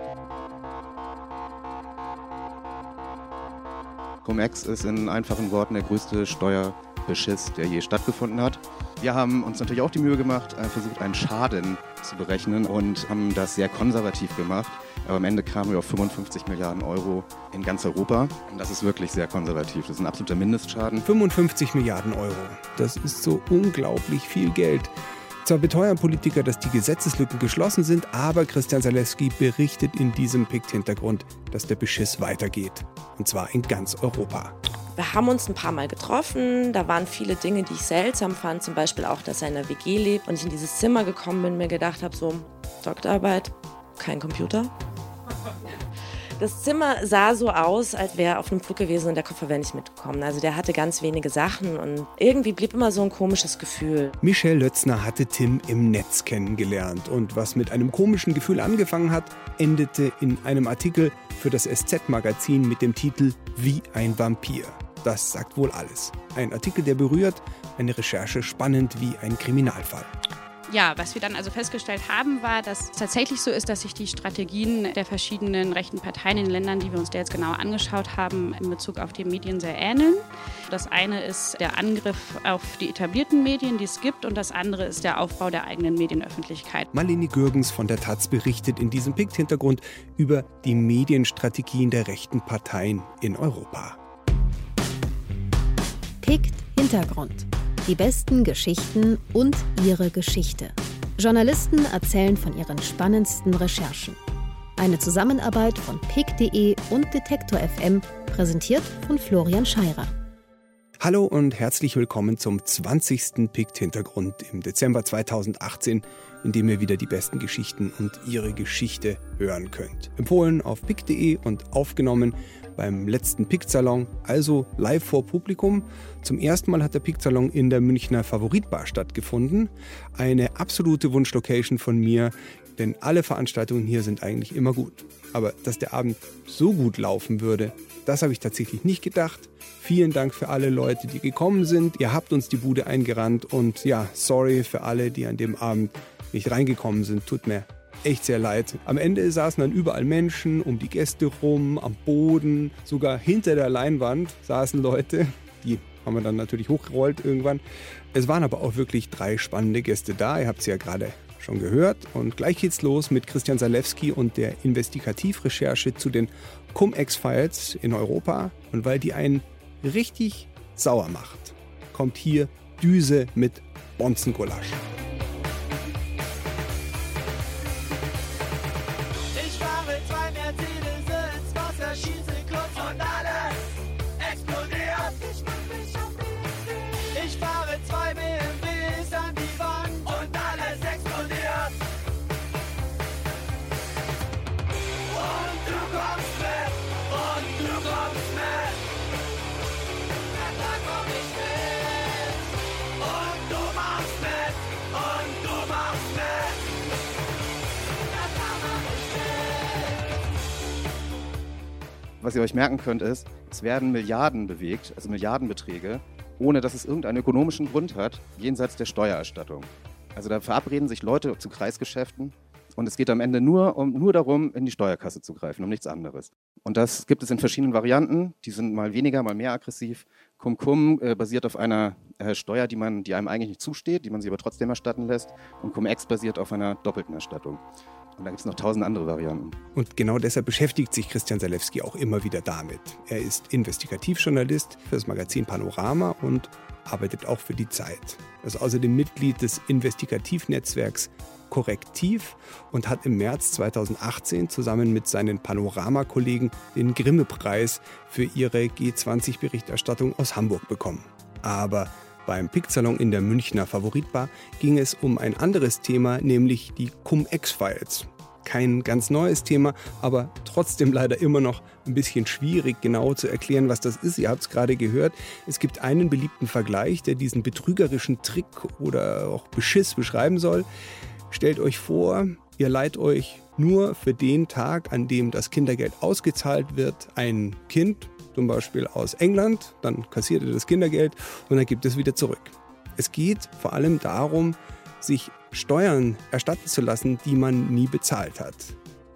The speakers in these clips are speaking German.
Cum-Ex ist in einfachen Worten der größte Steuerbeschiss, der je stattgefunden hat. Wir haben uns natürlich auch die Mühe gemacht, versucht einen Schaden zu berechnen und haben das sehr konservativ gemacht. Aber am Ende kamen wir auf 55 Milliarden Euro in ganz Europa. Und das ist wirklich sehr konservativ. Das ist ein absoluter Mindestschaden. 55 Milliarden Euro. Das ist so unglaublich viel Geld. Zwar beteuern Politiker, dass die Gesetzeslücken geschlossen sind, aber Christian Salewski berichtet in diesem PIKT-Hintergrund, dass der Beschiss weitergeht. Und zwar in ganz Europa. Wir haben uns ein paar Mal getroffen, da waren viele Dinge, die ich seltsam fand, zum Beispiel auch, dass er in einer WG lebt und ich in dieses Zimmer gekommen bin und mir gedacht habe, so Doktorarbeit, kein Computer. Das Zimmer sah so aus, als wäre er auf einem Flug gewesen und der Koffer wäre nicht mitgekommen. Also der hatte ganz wenige Sachen und irgendwie blieb immer so ein komisches Gefühl. Michelle Lötzner hatte Tim im Netz kennengelernt und was mit einem komischen Gefühl angefangen hat, endete in einem Artikel für das SZ-Magazin mit dem Titel »Wie ein Vampir«. Das sagt wohl alles. Ein Artikel, der berührt, eine Recherche spannend wie ein Kriminalfall. Ja, was wir dann also festgestellt haben, war, dass es tatsächlich so ist, dass sich die Strategien der verschiedenen rechten Parteien in den Ländern, die wir uns da jetzt genau angeschaut haben, in Bezug auf die Medien sehr ähneln. Das eine ist der Angriff auf die etablierten Medien, die es gibt, und das andere ist der Aufbau der eigenen Medienöffentlichkeit. Marlene Gürgens von der taz berichtet in diesem PIKT-Hintergrund über die Medienstrategien der rechten Parteien in Europa. PIKT-Hintergrund. Die besten Geschichten und ihre Geschichte. Journalisten erzählen von ihren spannendsten Recherchen. Eine Zusammenarbeit von PIK.de und Detektor FM, präsentiert von Florian Scheirer. Hallo und herzlich willkommen zum 20. PIKT-Hintergrund im Dezember 2018, in dem ihr wieder die besten Geschichten und ihre Geschichte hören könnt. Empfohlen auf PIK.de und aufgenommen beim letzten PIKT-Salon, also live vor Publikum. Zum ersten Mal hat der PIKT-Salon in der Münchner Favoritbar stattgefunden. Eine absolute Wunschlocation von mir, denn alle Veranstaltungen hier sind eigentlich immer gut. Aber dass der Abend so gut laufen würde, das habe ich tatsächlich nicht gedacht. Vielen Dank für alle Leute, die gekommen sind. Ihr habt uns die Bude eingerannt und ja, sorry für alle, die an dem Abend nicht reingekommen sind. Tut mir echt sehr leid. Am Ende saßen dann überall Menschen um die Gäste rum, am Boden, sogar hinter der Leinwand saßen Leute. Die haben wir dann natürlich hochgerollt irgendwann. Es waren aber auch wirklich 3 spannende Gäste da. Ihr habt es ja gerade schon gehört. Und gleich geht's los mit Christian Salewski und der Investigativrecherche zu den Cum-Ex-Files in Europa. Und weil die einen richtig sauer macht, kommt hier Düse mit Bonzengulasch. Was ihr euch merken könnt ist, es werden Milliarden bewegt, also Milliardenbeträge, ohne dass es irgendeinen ökonomischen Grund hat, jenseits der Steuererstattung. Also da verabreden sich Leute zu Kreisgeschäften und es geht am Ende nur darum, in die Steuerkasse zu greifen, um nichts anderes. Und das gibt es in verschiedenen Varianten, die sind mal weniger, mal mehr aggressiv. Cum basiert auf einer Steuer, die einem eigentlich nicht zusteht, die man sich aber trotzdem erstatten lässt. Und Cum-Ex basiert auf einer doppelten Erstattung. Und da gibt es noch 1000 andere Varianten. Und genau deshalb beschäftigt sich Christian Salewski auch immer wieder damit. Er ist Investigativjournalist für das Magazin Panorama und arbeitet auch für die Zeit. Er ist außerdem Mitglied des Investigativnetzwerks Korrektiv und hat im März 2018 zusammen mit seinen Panorama-Kollegen den Grimme-Preis für ihre G20-Berichterstattung aus Hamburg bekommen. Aber beim PIKT-Salon in der Münchner Favoritbar ging es um ein anderes Thema, nämlich die Cum-Ex-Files. Kein ganz neues Thema, aber trotzdem leider immer noch ein bisschen schwierig, genau zu erklären, was das ist. Ihr habt es gerade gehört. Es gibt einen beliebten Vergleich, der diesen betrügerischen Trick oder auch Beschiss beschreiben soll. Stellt euch vor, ihr leiht euch nur für den Tag, an dem das Kindergeld ausgezahlt wird, ein Kind, zum Beispiel aus England, dann kassiert ihr das Kindergeld und dann gibt es wieder zurück. Es geht vor allem darum, sich Steuern erstatten zu lassen, die man nie bezahlt hat.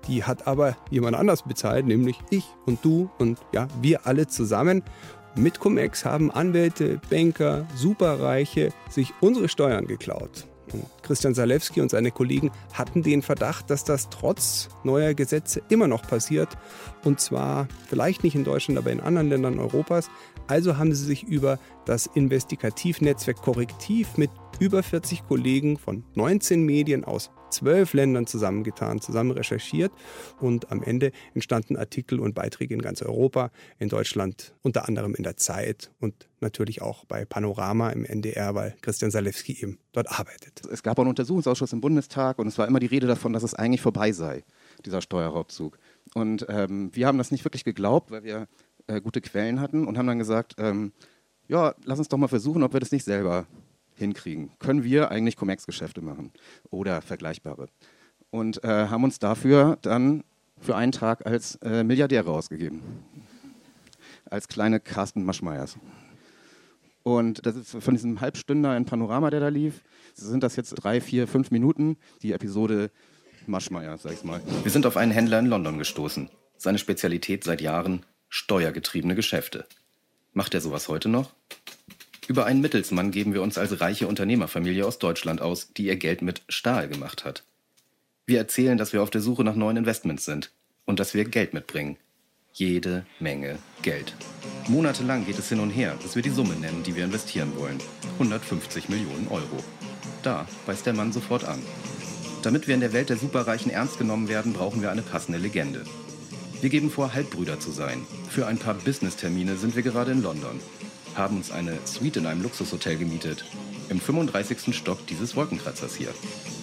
Die hat aber jemand anders bezahlt, nämlich ich und du und ja, wir alle zusammen. Mit Cum-Ex haben Anwälte, Banker, Superreiche sich unsere Steuern geklaut. Und Christian Salewski und seine Kollegen hatten den Verdacht, dass das trotz neuer Gesetze immer noch passiert. Und zwar vielleicht nicht in Deutschland, aber in anderen Ländern Europas. Also haben sie sich über das Investigativnetzwerk Korrektiv mit über 40 Kollegen von 19 Medien aus 12 Ländern zusammengetan, zusammen recherchiert. Und am Ende entstanden Artikel und Beiträge in ganz Europa, in Deutschland, unter anderem in der Zeit und natürlich auch bei Panorama im NDR, weil Christian Salewski eben dort arbeitet. Es gab auch einen Untersuchungsausschuss im Bundestag und es war immer die Rede davon, dass es eigentlich vorbei sei, dieser Steuerraubzug. Und wir haben das nicht wirklich geglaubt, weil wir gute Quellen hatten und haben dann gesagt, ja, lass uns doch mal versuchen, ob wir das nicht selber hinkriegen. Können wir eigentlich Cum-Ex-Geschäfte machen oder vergleichbare? Und haben uns dafür dann für einen Tag als Milliardäre ausgegeben. Als kleine Carsten Maschmeyers. Und das ist von diesem Halbstünder in Panorama, der da lief, sind das jetzt 3, 4, 5 Minuten, die Episode Maschmeyer, sag ich mal. Wir sind auf einen Händler in London gestoßen. Seine Spezialität seit Jahren: steuergetriebene Geschäfte. Macht er sowas heute noch? Über einen Mittelsmann geben wir uns als reiche Unternehmerfamilie aus Deutschland aus, die ihr Geld mit Stahl gemacht hat. Wir erzählen, dass wir auf der Suche nach neuen Investments sind und dass wir Geld mitbringen. Jede Menge Geld. Monatelang geht es hin und her, bis wir die Summe nennen, die wir investieren wollen. 150 Millionen Euro. Da weist der Mann sofort an. Damit wir in der Welt der Superreichen ernst genommen werden, brauchen wir eine passende Legende. Wir geben vor, Halbbrüder zu sein. Für ein paar Business-Termine sind wir gerade in London. Haben uns eine Suite in einem Luxushotel gemietet. Im 35. Stock dieses Wolkenkratzers hier.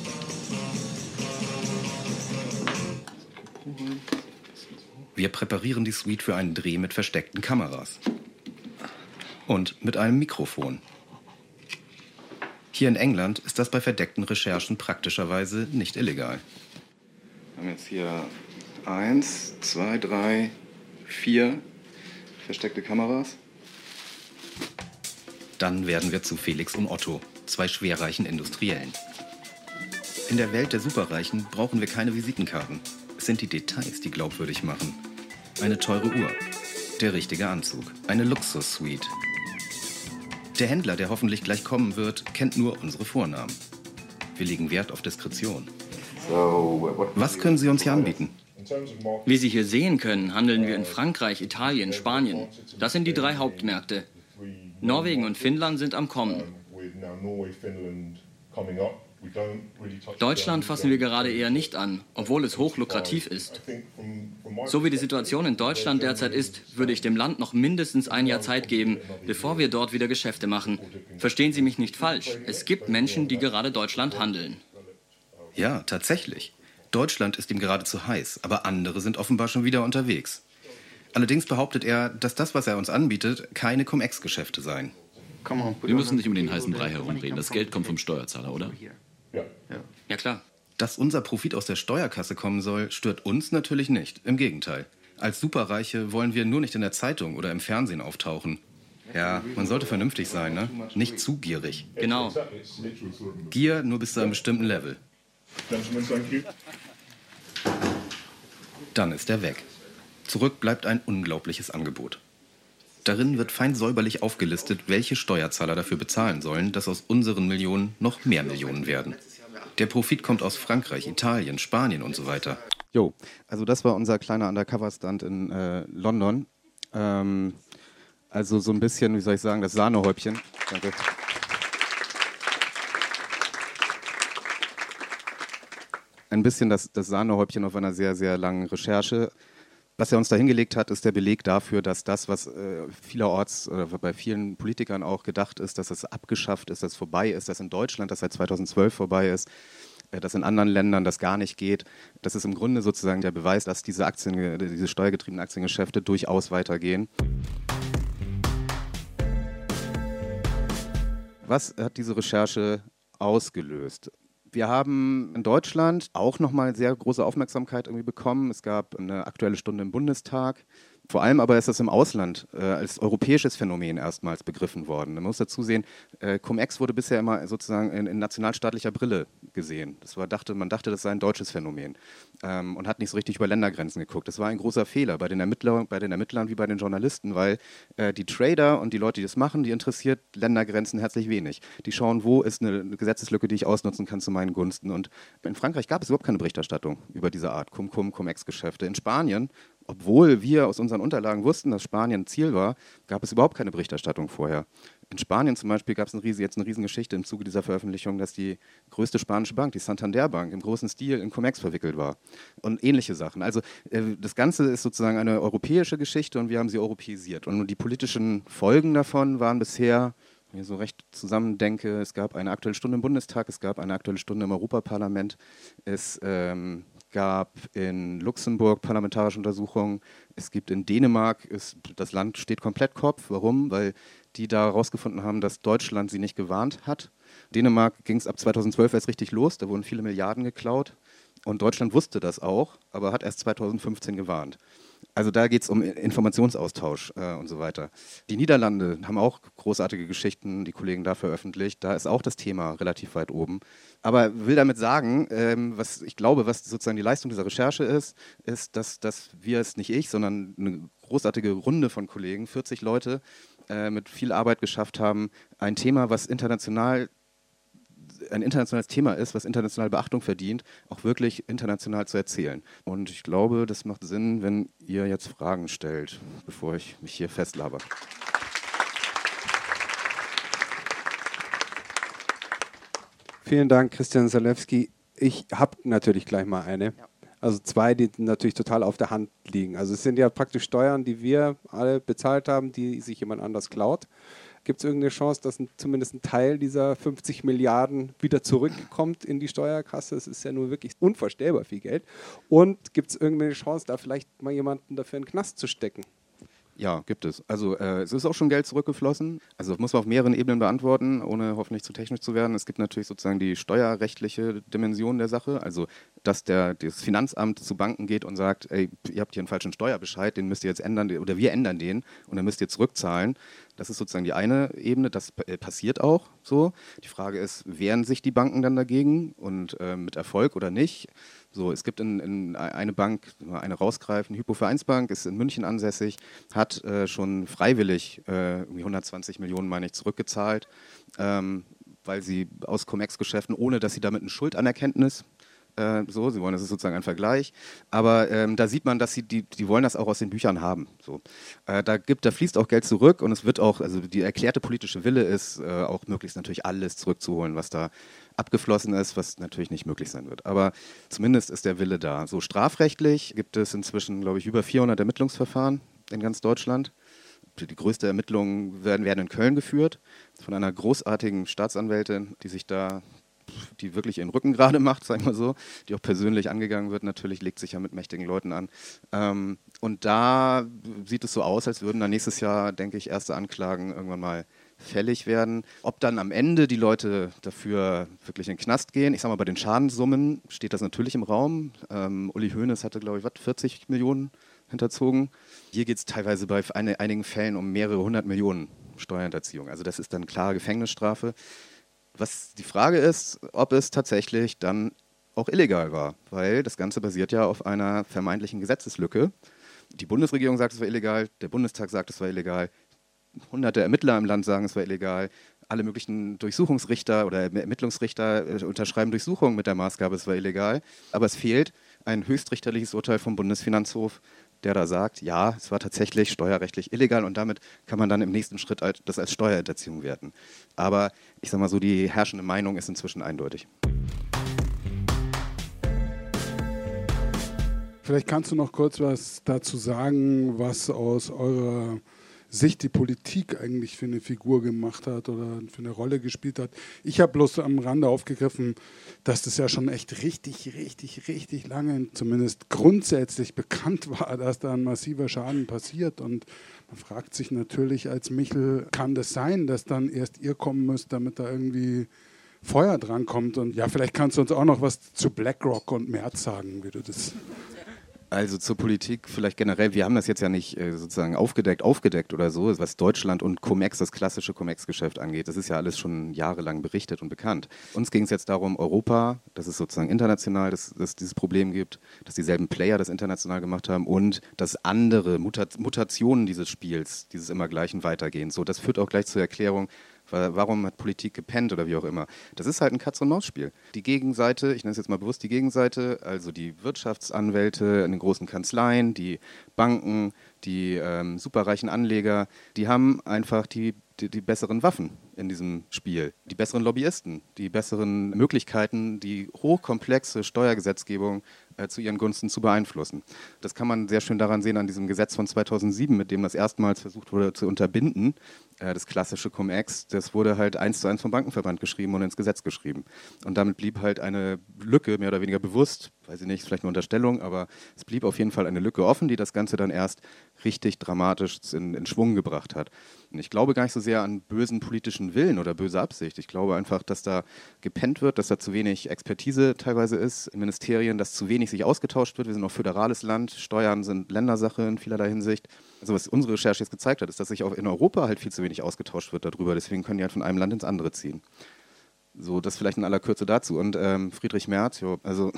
Wir präparieren die Suite für einen Dreh mit versteckten Kameras. Und mit einem Mikrofon. Hier in England ist das bei verdeckten Recherchen praktischerweise nicht illegal. Wir haben jetzt hier 1, 2, 3, 4 versteckte Kameras. Dann werden wir zu Felix und Otto, 2 schwerreichen Industriellen. In der Welt der Superreichen brauchen wir keine Visitenkarten. Es sind die Details, die glaubwürdig machen. Eine teure Uhr, der richtige Anzug, eine Luxus-Suite. Der Händler, der hoffentlich gleich kommen wird, kennt nur unsere Vornamen. Wir legen Wert auf Diskretion. Was können Sie uns hier anbieten? Wie Sie hier sehen können, handeln wir in Frankreich, Italien, Spanien. Das sind die 3 Hauptmärkte. Norwegen und Finnland sind am Kommen. Deutschland fassen wir gerade eher nicht an, obwohl es hochlukrativ ist. So wie die Situation in Deutschland derzeit ist, würde ich dem Land noch mindestens ein Jahr Zeit geben, bevor wir dort wieder Geschäfte machen. Verstehen Sie mich nicht falsch. Es gibt Menschen, die gerade Deutschland handeln. Ja, tatsächlich. Deutschland ist ihm gerade zu heiß, aber andere sind offenbar schon wieder unterwegs. Allerdings behauptet er, dass das, was er uns anbietet, keine Cum-Ex-Geschäfte seien. Wir müssen nicht um den heißen Brei herumreden. Das Geld kommt vom Steuerzahler, oder? Ja, klar. Dass unser Profit aus der Steuerkasse kommen soll, stört uns natürlich nicht. Im Gegenteil. Als Superreiche wollen wir nur nicht in der Zeitung oder im Fernsehen auftauchen. Ja, man sollte vernünftig sein, ne? Nicht zu gierig. Genau. Gier nur bis zu einem bestimmten Level. Dann ist er weg. Zurück bleibt ein unglaubliches Angebot. Darin wird fein säuberlich aufgelistet, welche Steuerzahler dafür bezahlen sollen, dass aus unseren Millionen noch mehr Millionen werden. Der Profit kommt aus Frankreich, Italien, Spanien und so weiter. Jo, also das war unser kleiner Undercover-Stunt in London. Also so ein bisschen, wie soll ich sagen, das Sahnehäubchen. Danke. Ein bisschen das Sahnehäubchen auf einer sehr, sehr langen Recherche. Was er uns da hingelegt hat, ist der Beleg dafür, dass das, was vielerorts oder bei vielen Politikern auch gedacht ist, dass es abgeschafft ist, dass es vorbei ist, dass in Deutschland das seit 2012 vorbei ist, dass in anderen Ländern das gar nicht geht. Das ist im Grunde sozusagen der Beweis, dass diese steuergetriebenen Aktiengeschäfte durchaus weitergehen. Was hat diese Recherche ausgelöst? Wir haben in Deutschland auch nochmal sehr große Aufmerksamkeit irgendwie bekommen. Es gab eine Aktuelle Stunde im Bundestag Vor allem aber ist das im Ausland als europäisches Phänomen erstmals begriffen worden. Man muss dazu sehen, Cum-Ex wurde bisher immer sozusagen in nationalstaatlicher Brille gesehen. Man dachte, das sei ein deutsches Phänomen und hat nicht so richtig über Ländergrenzen geguckt. Das war ein großer Fehler bei den Ermittlern wie bei den Journalisten, weil die Trader und die Leute, die das machen, die interessiert Ländergrenzen herzlich wenig. Die schauen, wo ist eine Gesetzeslücke, die ich ausnutzen kann zu meinen Gunsten. Und in Frankreich gab es überhaupt keine Berichterstattung über diese Art Cum-Ex-Geschäfte. In Spanien, obwohl wir aus unseren Unterlagen wussten, dass Spanien Ziel war, gab es überhaupt keine Berichterstattung vorher. In Spanien zum Beispiel gab es jetzt eine Riesengeschichte im Zuge dieser Veröffentlichung, dass die größte spanische Bank, die Santander Bank, im großen Stil in Cum-Ex verwickelt war und ähnliche Sachen. Also das Ganze ist sozusagen eine europäische Geschichte und wir haben sie europäisiert. Und die politischen Folgen davon waren bisher, wenn ich so recht zusammendenke, es gab eine Aktuelle Stunde im Bundestag, es gab eine Aktuelle Stunde im Europaparlament, es gab in Luxemburg parlamentarische Untersuchungen, es gibt in Dänemark, das Land steht komplett Kopf. Warum? Weil die da herausgefunden haben, dass Deutschland sie nicht gewarnt hat. Dänemark ging es ab 2012 erst richtig los, da wurden viele Milliarden geklaut und Deutschland wusste das auch, aber hat erst 2015 gewarnt. Also da geht es um Informationsaustausch und so weiter. Die Niederlande haben auch großartige Geschichten, die Kollegen da veröffentlicht. Da ist auch das Thema relativ weit oben. Aber will damit sagen, was sozusagen die Leistung dieser Recherche ist, dass wir es nicht ich, sondern eine großartige Runde von Kollegen, 40 Leute, mit viel Arbeit geschafft haben, ein Thema, was ein internationales Thema ist, was internationale Beachtung verdient, auch wirklich international zu erzählen. Und ich glaube, das macht Sinn, wenn ihr jetzt Fragen stellt, bevor ich mich hier festlaber. Vielen Dank, Christian Salewski. Ich habe natürlich gleich mal eine. Ja. Also zwei, die natürlich total auf der Hand liegen. Also es sind ja praktisch Steuern, die wir alle bezahlt haben, die sich jemand anders klaut. Gibt es irgendeine Chance, dass zumindest ein Teil dieser 50 Milliarden wieder zurückkommt in die Steuerkasse? Das ist ja nur wirklich unvorstellbar viel Geld. Und gibt es irgendeine Chance, da vielleicht mal jemanden dafür in den Knast zu stecken? Ja, gibt es. Also es ist auch schon Geld zurückgeflossen. Also das muss man auf mehreren Ebenen beantworten, ohne hoffentlich zu technisch zu werden. Es gibt natürlich sozusagen die steuerrechtliche Dimension der Sache. Also dass das Finanzamt zu Banken geht und sagt, ey, ihr habt hier einen falschen Steuerbescheid, den müsst ihr jetzt ändern oder wir ändern den und dann müsst ihr zurückzahlen. Das ist sozusagen die eine Ebene, das passiert auch so. Die Frage ist, wehren sich die Banken dann dagegen und mit Erfolg oder nicht? So, es gibt in eine Bank, eine rausgreifen, Hypo-Vereinsbank, ist in München ansässig, hat schon freiwillig irgendwie 120 Millionen, meine ich, zurückgezahlt, weil sie aus Cum-Ex-Geschäften, ohne dass sie damit ein Schuldanerkenntnis, sie wollen, das ist sozusagen ein Vergleich, aber da sieht man, dass die wollen das auch aus den Büchern haben. So. Da fließt auch Geld zurück und es wird auch, also die erklärte politische Wille ist, auch möglichst natürlich alles zurückzuholen, was da abgeflossen ist, was natürlich nicht möglich sein wird. Aber zumindest ist der Wille da. So strafrechtlich gibt es inzwischen, glaube ich, über 400 Ermittlungsverfahren in ganz Deutschland. Die größte Ermittlungen werden in Köln geführt von einer großartigen Staatsanwältin, die wirklich ihren Rücken gerade macht, sagen wir so, die auch persönlich angegangen wird, natürlich legt sich ja mit mächtigen Leuten an. Und da sieht es so aus, als würden dann nächstes Jahr, denke ich, erste Anklagen irgendwann mal fällig werden. Ob dann am Ende die Leute dafür wirklich in den Knast gehen, ich sage mal, bei den Schadenssummen steht das natürlich im Raum. Uli Hoeneß hatte, glaube ich, 40 Millionen hinterzogen. Hier geht es teilweise bei einigen Fällen um mehrere 100 Millionen Steuerhinterziehung. Also das ist dann klare Gefängnisstrafe. Was die Frage ist, ob es tatsächlich dann auch illegal war, weil das Ganze basiert ja auf einer vermeintlichen Gesetzeslücke. Die Bundesregierung sagt, es war illegal, der Bundestag sagt, es war illegal, hunderte Ermittler im Land sagen, es war illegal, alle möglichen Durchsuchungsrichter oder Ermittlungsrichter unterschreiben Durchsuchungen mit der Maßgabe, es war illegal, aber es fehlt ein höchstrichterliches Urteil vom Bundesfinanzhof, der da sagt, ja, es war tatsächlich steuerrechtlich illegal und damit kann man dann im nächsten Schritt das als Steuerhinterziehung werten. Aber ich sage mal so, die herrschende Meinung ist inzwischen eindeutig. Vielleicht kannst du noch kurz was dazu sagen, was aus eurer Sicht die Politik eigentlich für eine Figur gemacht hat oder für eine Rolle gespielt hat. Ich habe bloß am Rande aufgegriffen, dass das ja schon echt richtig lange, zumindest grundsätzlich bekannt war, dass da ein massiver Schaden passiert. Und man fragt sich natürlich als Michel, kann das sein, dass dann erst ihr kommen müsst, damit da irgendwie Feuer dran kommt? Und ja, vielleicht kannst du uns auch noch was zu BlackRock und Merz sagen, wie du das... Also zur Politik vielleicht generell, wir haben das jetzt ja nicht sozusagen aufgedeckt oder so, was Deutschland und Cum-Ex, das klassische Cum-Ex-Geschäft angeht. Das ist ja alles schon jahrelang berichtet und bekannt. Uns ging es jetzt darum, Europa, dass es sozusagen international dass dieses Problem gibt, dass dieselben Player das international gemacht haben und dass andere Mutationen dieses Spiels, dieses Immergleichen weitergehen. So, das führt auch gleich zur Erklärung, warum hat Politik gepennt oder wie auch immer. Das ist halt ein Katz-und-Maus-Spiel. Die Gegenseite, ich nenne es jetzt mal bewusst die Gegenseite, also die Wirtschaftsanwälte in den großen Kanzleien, die Banken, die superreichen Anleger, die haben einfach die besseren Waffen in diesem Spiel, die besseren Lobbyisten, die besseren Möglichkeiten, die hochkomplexe Steuergesetzgebung zu ihren Gunsten zu beeinflussen. Das kann man sehr schön daran sehen an diesem Gesetz von 2007, mit dem das erstmals versucht wurde zu unterbinden, das klassische Cum-Ex. Das wurde halt 1:1 vom Bankenverband geschrieben und ins Gesetz geschrieben. Und damit blieb halt eine Lücke, mehr oder weniger bewusst, weiß ich nicht, vielleicht eine Unterstellung, aber es blieb auf jeden Fall eine Lücke offen, die das Ganze dann erst richtig dramatisch in Schwung gebracht hat. Und ich glaube gar nicht so sehr an bösen politischen Willen oder böse Absicht. Ich glaube einfach, dass da gepennt wird, dass da zu wenig Expertise teilweise ist in Ministerien, dass zu wenig sich ausgetauscht wird. Wir sind noch föderales Land, Steuern sind Ländersache in vielerlei Hinsicht. Also was unsere Recherche jetzt gezeigt hat, ist, dass sich auch in Europa halt viel zu wenig ausgetauscht wird darüber. Deswegen können die halt von einem Land ins andere ziehen. So, das vielleicht in aller Kürze dazu. Und Friedrich Merz, also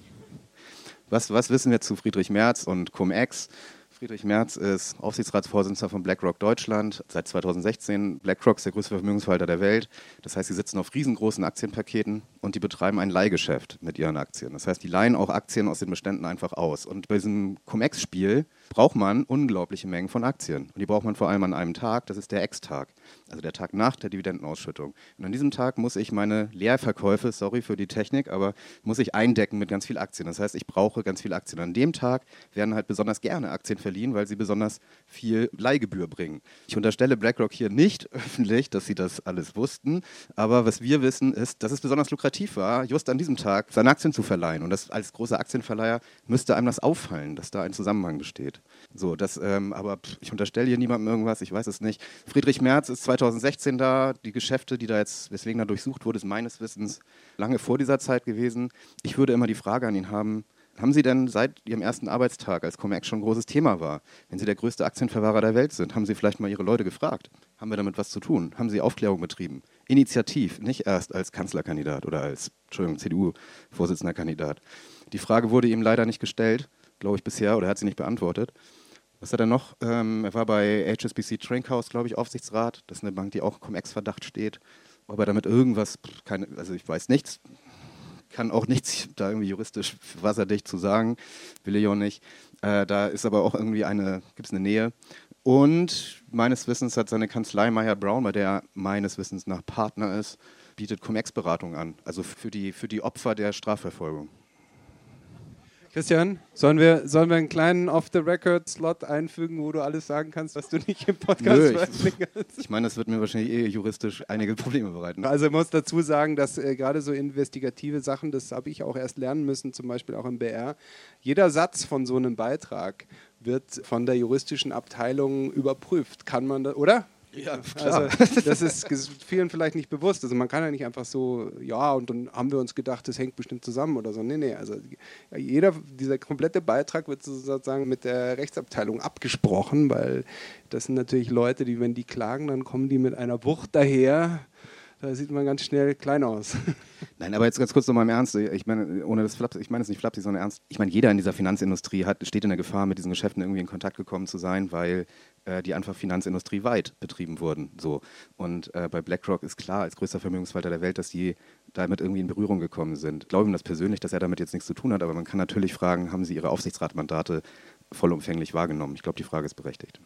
was wissen wir zu Friedrich Merz und Cum-Ex? Friedrich Merz ist Aufsichtsratsvorsitzender von BlackRock Deutschland seit 2016. BlackRock ist der größte Vermögensverwalter der Welt. Das heißt, sie sitzen auf riesengroßen Aktienpaketen und die betreiben ein Leihgeschäft mit ihren Aktien. Das heißt, die leihen auch Aktien aus den Beständen einfach aus. Und bei diesem Cum-Ex-Spiel braucht man unglaubliche Mengen von Aktien. Und die braucht man vor allem an einem Tag, das ist der Ex-Tag, also der Tag nach der Dividendenausschüttung. Und an diesem Tag muss ich meine Leerverkäufe, sorry für die Technik, aber muss ich eindecken mit ganz viel Aktien. Das heißt, ich brauche ganz viel Aktien. An dem Tag werden halt besonders gerne Aktien verliehen, weil sie besonders viel Leihgebühr bringen. Ich unterstelle BlackRock hier nicht öffentlich, dass sie das alles wussten, aber was wir wissen ist, dass es besonders lukrativ war, just an diesem Tag seine Aktien zu verleihen. Und das, als großer Aktienverleiher müsste einem das auffallen, dass da ein Zusammenhang besteht. So, aber ich unterstelle hier niemandem irgendwas, ich weiß es nicht. Friedrich Merz ist 2016 da, die Geschäfte, die da jetzt, weswegen da durchsucht wurde, ist meines Wissens lange vor dieser Zeit gewesen. Ich würde immer die Frage an ihn haben Sie denn seit Ihrem ersten Arbeitstag, als Cum-Ex schon ein großes Thema war, wenn Sie der größte Aktienverwahrer der Welt sind, haben Sie vielleicht mal Ihre Leute gefragt? Haben wir damit was zu tun? Haben Sie Aufklärung betrieben? Initiativ, nicht erst als Kanzlerkandidat oder als, CDU-Vorsitzender Kandidat. Die Frage wurde ihm leider nicht gestellt, glaube ich bisher, oder er hat sie nicht beantwortet. Was hat er noch? Er war bei HSBC Trinkhouse, glaube ich, Aufsichtsrat. Das ist eine Bank, die auch Cum-Ex-Verdacht steht. Ob er damit irgendwas, also ich weiß nichts, kann auch nichts da irgendwie juristisch wasserdicht zu sagen, will ich auch nicht. Da ist aber auch irgendwie gibt es eine Nähe. Und meines Wissens hat seine Kanzlei Meyer Brown, bei der er meines Wissens nach Partner ist, bietet Cum-Ex-Beratung an, also für die Opfer der Strafverfolgung. Christian, sollen wir einen kleinen Off-the-Record-Slot einfügen, wo du alles sagen kannst, was du nicht im Podcast veröffentlichen kannst? Ich meine, das wird mir wahrscheinlich juristisch einige Probleme bereiten. Also ich muss dazu sagen, dass gerade so investigative Sachen, das habe ich auch erst lernen müssen, zum Beispiel auch im BR, jeder Satz von so einem Beitrag wird von der juristischen Abteilung überprüft. Kann man das, oder? Ja, klar. Also, das ist vielen vielleicht nicht bewusst. Also man kann ja nicht einfach so, ja, und dann haben wir uns gedacht, das hängt bestimmt zusammen oder so. Nee, also dieser komplette Beitrag wird sozusagen mit der Rechtsabteilung abgesprochen, weil das sind natürlich Leute, die, wenn die klagen, dann kommen die mit einer Wucht daher. Da sieht man ganz schnell klein aus. Nein, aber jetzt ganz kurz nochmal im Ernst. Ich meine, ich meine es nicht flapsig, sondern ernst. Ich meine, jeder in dieser Finanzindustrie steht in der Gefahr, mit diesen Geschäften irgendwie in Kontakt gekommen zu sein, weil die einfach finanzindustrieweit betrieben wurden. So. Und bei BlackRock ist klar, als größter Vermögensverwalter der Welt, dass die damit irgendwie in Berührung gekommen sind. Ich glaube ihm das persönlich, dass er damit jetzt nichts zu tun hat, aber man kann natürlich fragen, haben sie ihre Aufsichtsratmandate vollumfänglich wahrgenommen? Ich glaube, die Frage ist berechtigt.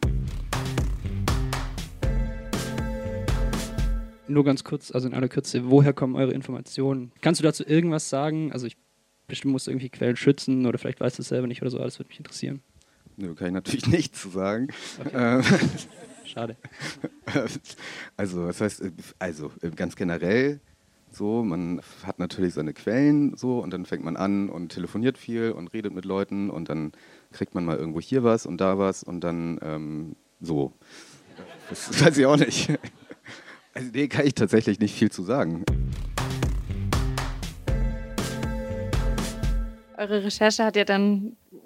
Nur ganz kurz, also in aller Kürze, woher kommen eure Informationen? Kannst du dazu irgendwas sagen? Also ich bestimmt muss irgendwie Quellen schützen oder vielleicht weißt du es selber nicht oder so, das würde mich interessieren. Nö, kann ich natürlich nichts zu sagen. Okay. Schade. Also, das heißt, ganz generell so, man hat natürlich seine Quellen so und dann fängt man an und telefoniert viel und redet mit Leuten und dann kriegt man mal irgendwo hier was und da was und dann so. Das weiß ich auch nicht. Also, nee, kann ich tatsächlich nicht viel zu sagen. Eure Recherche hat ja dann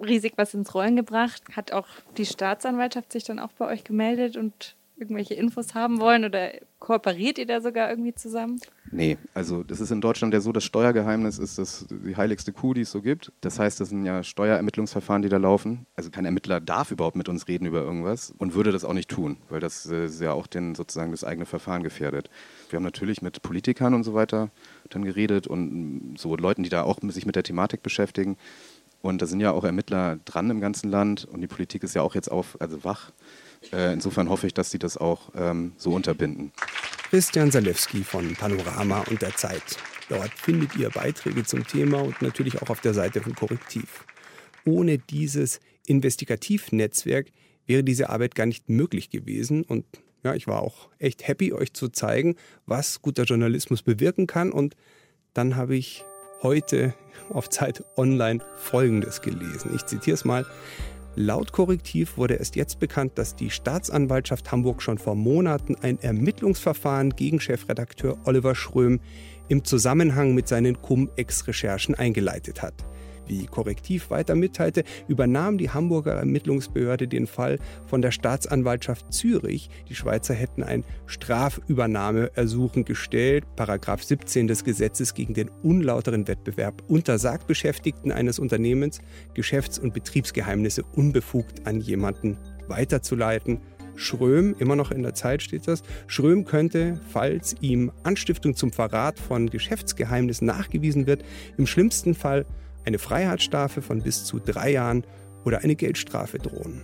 riesig was ins Rollen gebracht. Hat auch die Staatsanwaltschaft sich dann auch bei euch gemeldet und irgendwelche Infos haben wollen oder kooperiert ihr da sogar irgendwie zusammen? Nee, also das ist in Deutschland ja so, das Steuergeheimnis ist das die heiligste Kuh, die es so gibt. Das heißt, das sind ja Steuerermittlungsverfahren, die da laufen. Also kein Ermittler darf überhaupt mit uns reden über irgendwas und würde das auch nicht tun, weil das ja auch sozusagen das eigene Verfahren gefährdet. Wir haben natürlich mit Politikern und so weiter dann geredet und so Leuten, die da auch sich mit der Thematik beschäftigen. Und da sind ja auch Ermittler dran im ganzen Land und die Politik ist ja auch jetzt wach. Insofern hoffe ich, dass sie das auch so unterbinden. Christian Salewski von Panorama und der Zeit. Dort findet ihr Beiträge zum Thema und natürlich auch auf der Seite von Korrektiv. Ohne dieses Investigativnetzwerk wäre diese Arbeit gar nicht möglich gewesen. Und ja, ich war auch echt happy, euch zu zeigen, was guter Journalismus bewirken kann. Und dann habe ich heute auf Zeit Online Folgendes gelesen. Ich zitiere es mal. Laut Korrektiv wurde erst jetzt bekannt, dass die Staatsanwaltschaft Hamburg schon vor Monaten ein Ermittlungsverfahren gegen Chefredakteur Oliver Schröm im Zusammenhang mit seinen Cum-Ex-Recherchen eingeleitet hat. Wie Korrektiv weiter mitteilte, übernahm die Hamburger Ermittlungsbehörde den Fall von der Staatsanwaltschaft Zürich. Die Schweizer hätten ein Strafübernahmeersuchen gestellt. Paragraph 17 des Gesetzes gegen den unlauteren Wettbewerb untersagt Beschäftigten eines Unternehmens, Geschäfts- und Betriebsgeheimnisse unbefugt an jemanden weiterzuleiten. Schröm, immer noch in der Zeit steht das, Schröm könnte, falls ihm Anstiftung zum Verrat von Geschäftsgeheimnissen nachgewiesen wird, im schlimmsten Fall eine Freiheitsstrafe von bis zu 3 Jahren oder eine Geldstrafe drohen.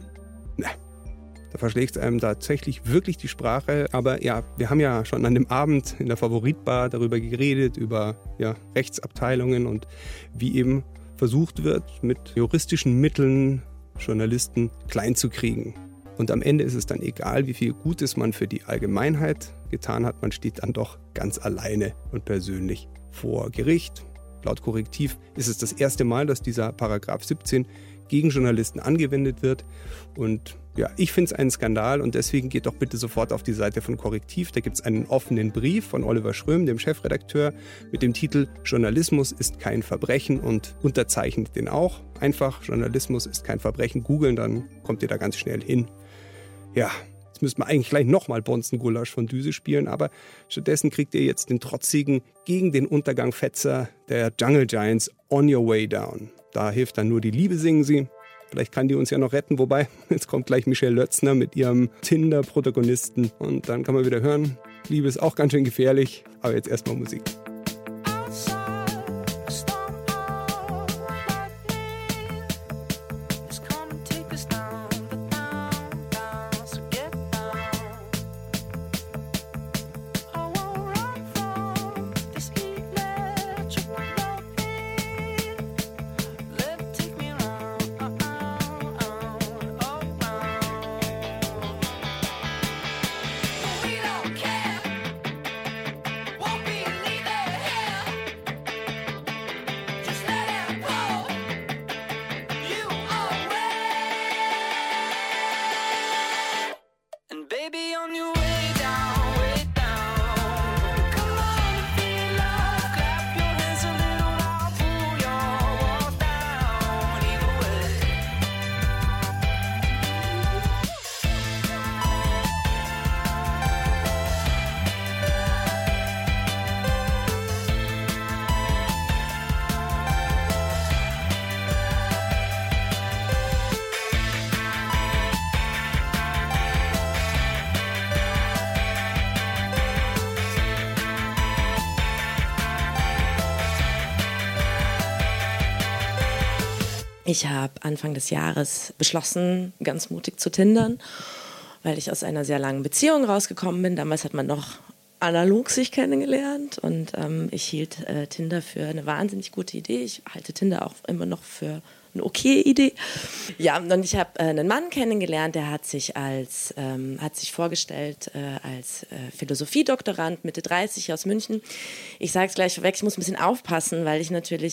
Da verschlägt es einem tatsächlich wirklich die Sprache. Aber ja, wir haben ja schon an dem Abend in der Favoritbar darüber geredet, über Rechtsabteilungen und wie eben versucht wird, mit juristischen Mitteln Journalisten klein zu kriegen. Und am Ende ist es dann egal, wie viel Gutes man für die Allgemeinheit getan hat. Man steht dann doch ganz alleine und persönlich vor Gericht. Laut Korrektiv ist es das erste Mal, dass dieser Paragraph 17 gegen Journalisten angewendet wird. Und ja, ich finde es einen Skandal und deswegen geht doch bitte sofort auf die Seite von Korrektiv. Da gibt es einen offenen Brief von Oliver Schröm, dem Chefredakteur, mit dem Titel Journalismus ist kein Verbrechen und unterzeichnet den auch. Einfach Journalismus ist kein Verbrechen googeln, dann kommt ihr da ganz schnell hin. Ja, jetzt müsste man eigentlich gleich nochmal Bonzen-Gulasch von Düse spielen, aber stattdessen kriegt ihr jetzt den trotzigen gegen den Untergang Fetzer der Jungle Giants On Your Way Down. Da hilft dann nur die Liebe, singen sie. Vielleicht kann die uns ja noch retten, wobei jetzt kommt gleich Michelle Lötzner mit ihrem Tinder-Protagonisten und dann kann man wieder hören, Liebe ist auch ganz schön gefährlich, aber jetzt erstmal Musik. Ich habe Anfang des Jahres beschlossen, ganz mutig zu tindern, weil ich aus einer sehr langen Beziehung rausgekommen bin. Damals hat man noch analog sich kennengelernt und ich hielt Tinder für eine wahnsinnig gute Idee. Ich halte Tinder auch immer noch für eine okay Idee. Ja, und ich habe einen Mann kennengelernt, der hat sich vorgestellt als Philosophiedoktorand, Mitte 30 aus München. Ich sage es gleich vorweg, ich muss ein bisschen aufpassen, weil ich natürlich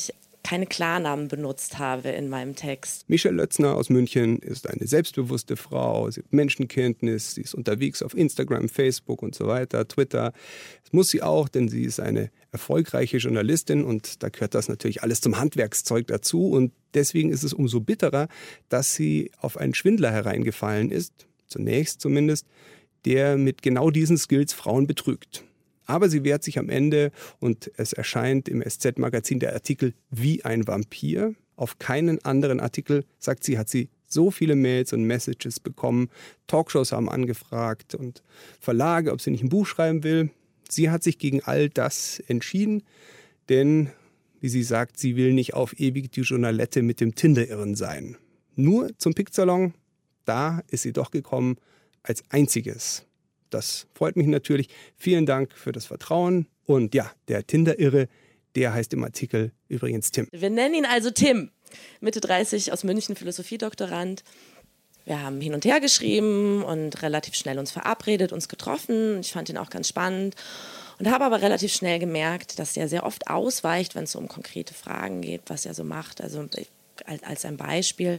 keine Klarnamen benutzt habe in meinem Text. Michelle Lötzner aus München ist eine selbstbewusste Frau, sie hat Menschenkenntnis, sie ist unterwegs auf Instagram, Facebook und so weiter, Twitter. Das muss sie auch, denn sie ist eine erfolgreiche Journalistin und da gehört das natürlich alles zum Handwerkszeug dazu und deswegen ist es umso bitterer, dass sie auf einen Schwindler hereingefallen ist, zunächst zumindest, der mit genau diesen Skills Frauen betrügt. Aber sie wehrt sich am Ende und es erscheint im SZ-Magazin der Artikel Wie ein Vampir. Auf keinen anderen Artikel, sagt sie, hat sie so viele Mails und Messages bekommen. Talkshows haben angefragt und Verlage, ob sie nicht ein Buch schreiben will. Sie hat sich gegen all das entschieden, denn, wie sie sagt, sie will nicht auf ewig die Journalette mit dem Tinder-Irren sein. Nur zum Pick-Salon, da ist sie doch gekommen als einziges. Das freut mich natürlich. Vielen Dank für das Vertrauen. Und ja, der Tinder-Irre, der heißt im Artikel übrigens Tim. Wir nennen ihn also Tim, Mitte 30, aus München, Philosophiedoktorand. Wir haben hin und her geschrieben und relativ schnell uns verabredet, uns getroffen. Ich fand ihn auch ganz spannend und habe aber relativ schnell gemerkt, dass er sehr oft ausweicht, wenn es so um konkrete Fragen geht, was er so macht. Also als ein Beispiel: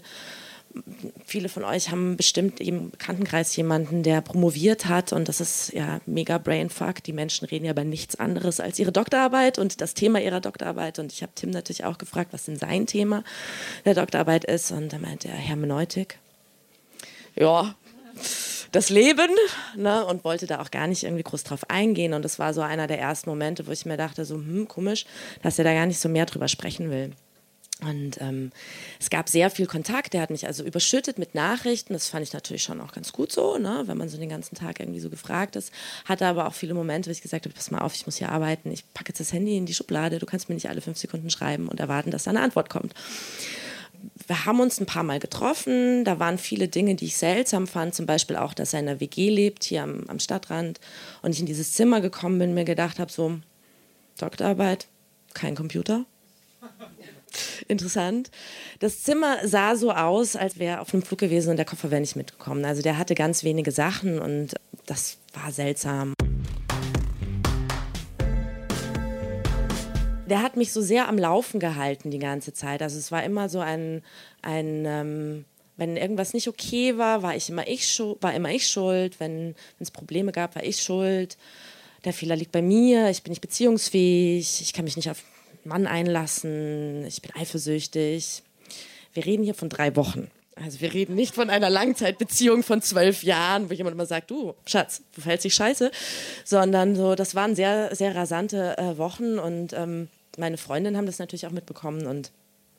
Viele von euch haben bestimmt im Bekanntenkreis jemanden, der promoviert hat und das ist ja mega Brainfuck. Die Menschen reden ja über nichts anderes als ihre Doktorarbeit und das Thema ihrer Doktorarbeit. Und ich habe Tim natürlich auch gefragt, was denn sein Thema der Doktorarbeit ist. Und da meinte er Hermeneutik. Ja, das Leben, ne? Und wollte da auch gar nicht irgendwie groß drauf eingehen. Und das war so einer der ersten Momente, wo ich mir dachte, so komisch, dass er da gar nicht so mehr drüber sprechen will. Und es gab sehr viel Kontakt, der hat mich also überschüttet mit Nachrichten, das fand ich natürlich schon auch ganz gut so, ne? Wenn man so den ganzen Tag irgendwie so gefragt ist. Hatte aber auch viele Momente, wo ich gesagt habe, pass mal auf, ich muss hier arbeiten, ich packe jetzt das Handy in die Schublade, du kannst mir nicht alle 5 Sekunden schreiben und erwarten, dass da eine Antwort kommt. Wir haben uns ein paar Mal getroffen, da waren viele Dinge, die ich seltsam fand, zum Beispiel auch, dass er in einer WG lebt, hier am Stadtrand und ich in dieses Zimmer gekommen bin, mir gedacht habe, so Doktorarbeit, kein Computer. Interessant. Das Zimmer sah so aus, als wäre er auf einem Flug gewesen und der Koffer wäre nicht mitgekommen. Also der hatte ganz wenige Sachen und das war seltsam. Der hat mich so sehr am Laufen gehalten die ganze Zeit. Also es war immer so wenn irgendwas nicht okay war, war immer ich schuld. Wenn es Probleme gab, war ich schuld. Der Fehler liegt bei mir, ich bin nicht beziehungsfähig, ich kann mich nicht auf Mann einlassen, ich bin eifersüchtig. Wir reden hier von 3 Wochen. Also wir reden nicht von einer Langzeitbeziehung von 12 Jahren, wo jemand immer sagt, du Schatz, du verhältst dich scheiße, sondern so, das waren sehr, sehr rasante Wochen und meine Freundinnen haben das natürlich auch mitbekommen und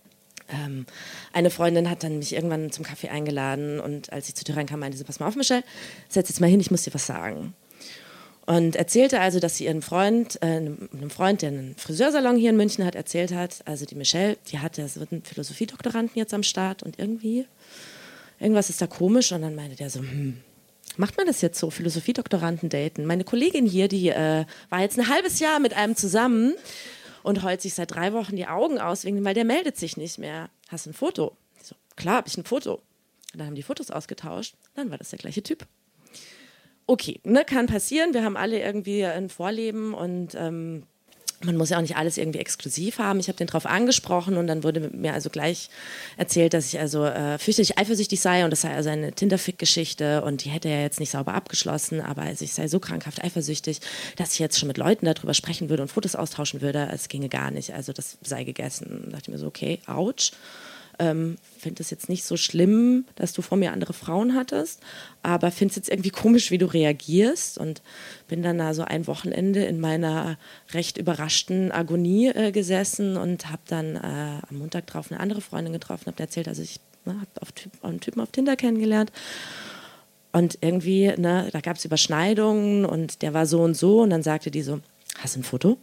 eine Freundin hat dann mich irgendwann zum Kaffee eingeladen und als ich zur Tür reinkam, meinte sie, pass mal auf Michelle, setz jetzt mal hin, ich muss dir was sagen. Und erzählte also, dass sie einem Freund, der einen Friseursalon hier in München hat, erzählt hat, also die Michelle, es wird einen Philosophiedoktoranden jetzt am Start und irgendwas ist da komisch. Und dann meinte der so, macht man das jetzt so, Philosophiedoktoranden daten? Meine Kollegin hier, die war jetzt ein halbes Jahr mit einem zusammen und heult sich seit 3 Wochen die Augen aus, weil der meldet sich nicht mehr. Hast du ein Foto? Ich so, klar, habe ich ein Foto. Und dann haben die Fotos ausgetauscht, dann war das der gleiche Typ. Okay, ne, kann passieren. Wir haben alle irgendwie ein Vorleben und man muss ja auch nicht alles irgendwie exklusiv haben. Ich habe den drauf angesprochen und dann wurde mir also gleich erzählt, dass ich also fürchterlich eifersüchtig sei und das sei also eine Tinder-Fick-Geschichte und die hätte er jetzt nicht sauber abgeschlossen, aber also ich sei so krankhaft eifersüchtig, dass ich jetzt schon mit Leuten darüber sprechen würde und Fotos austauschen würde. Es ginge gar nicht, also das sei gegessen. Da dachte ich mir so, okay, ouch. Finde es jetzt nicht so schlimm, dass du vor mir andere Frauen hattest, aber finde es jetzt irgendwie komisch, wie du reagierst und bin dann da so ein Wochenende in meiner recht überraschten Agonie gesessen und habe dann am Montag drauf eine andere Freundin getroffen, habe erzählt, also ich habe einen Typen auf Tinder kennengelernt und irgendwie, da gab es Überschneidungen und der war so und dann sagte die so, hast du ein Foto?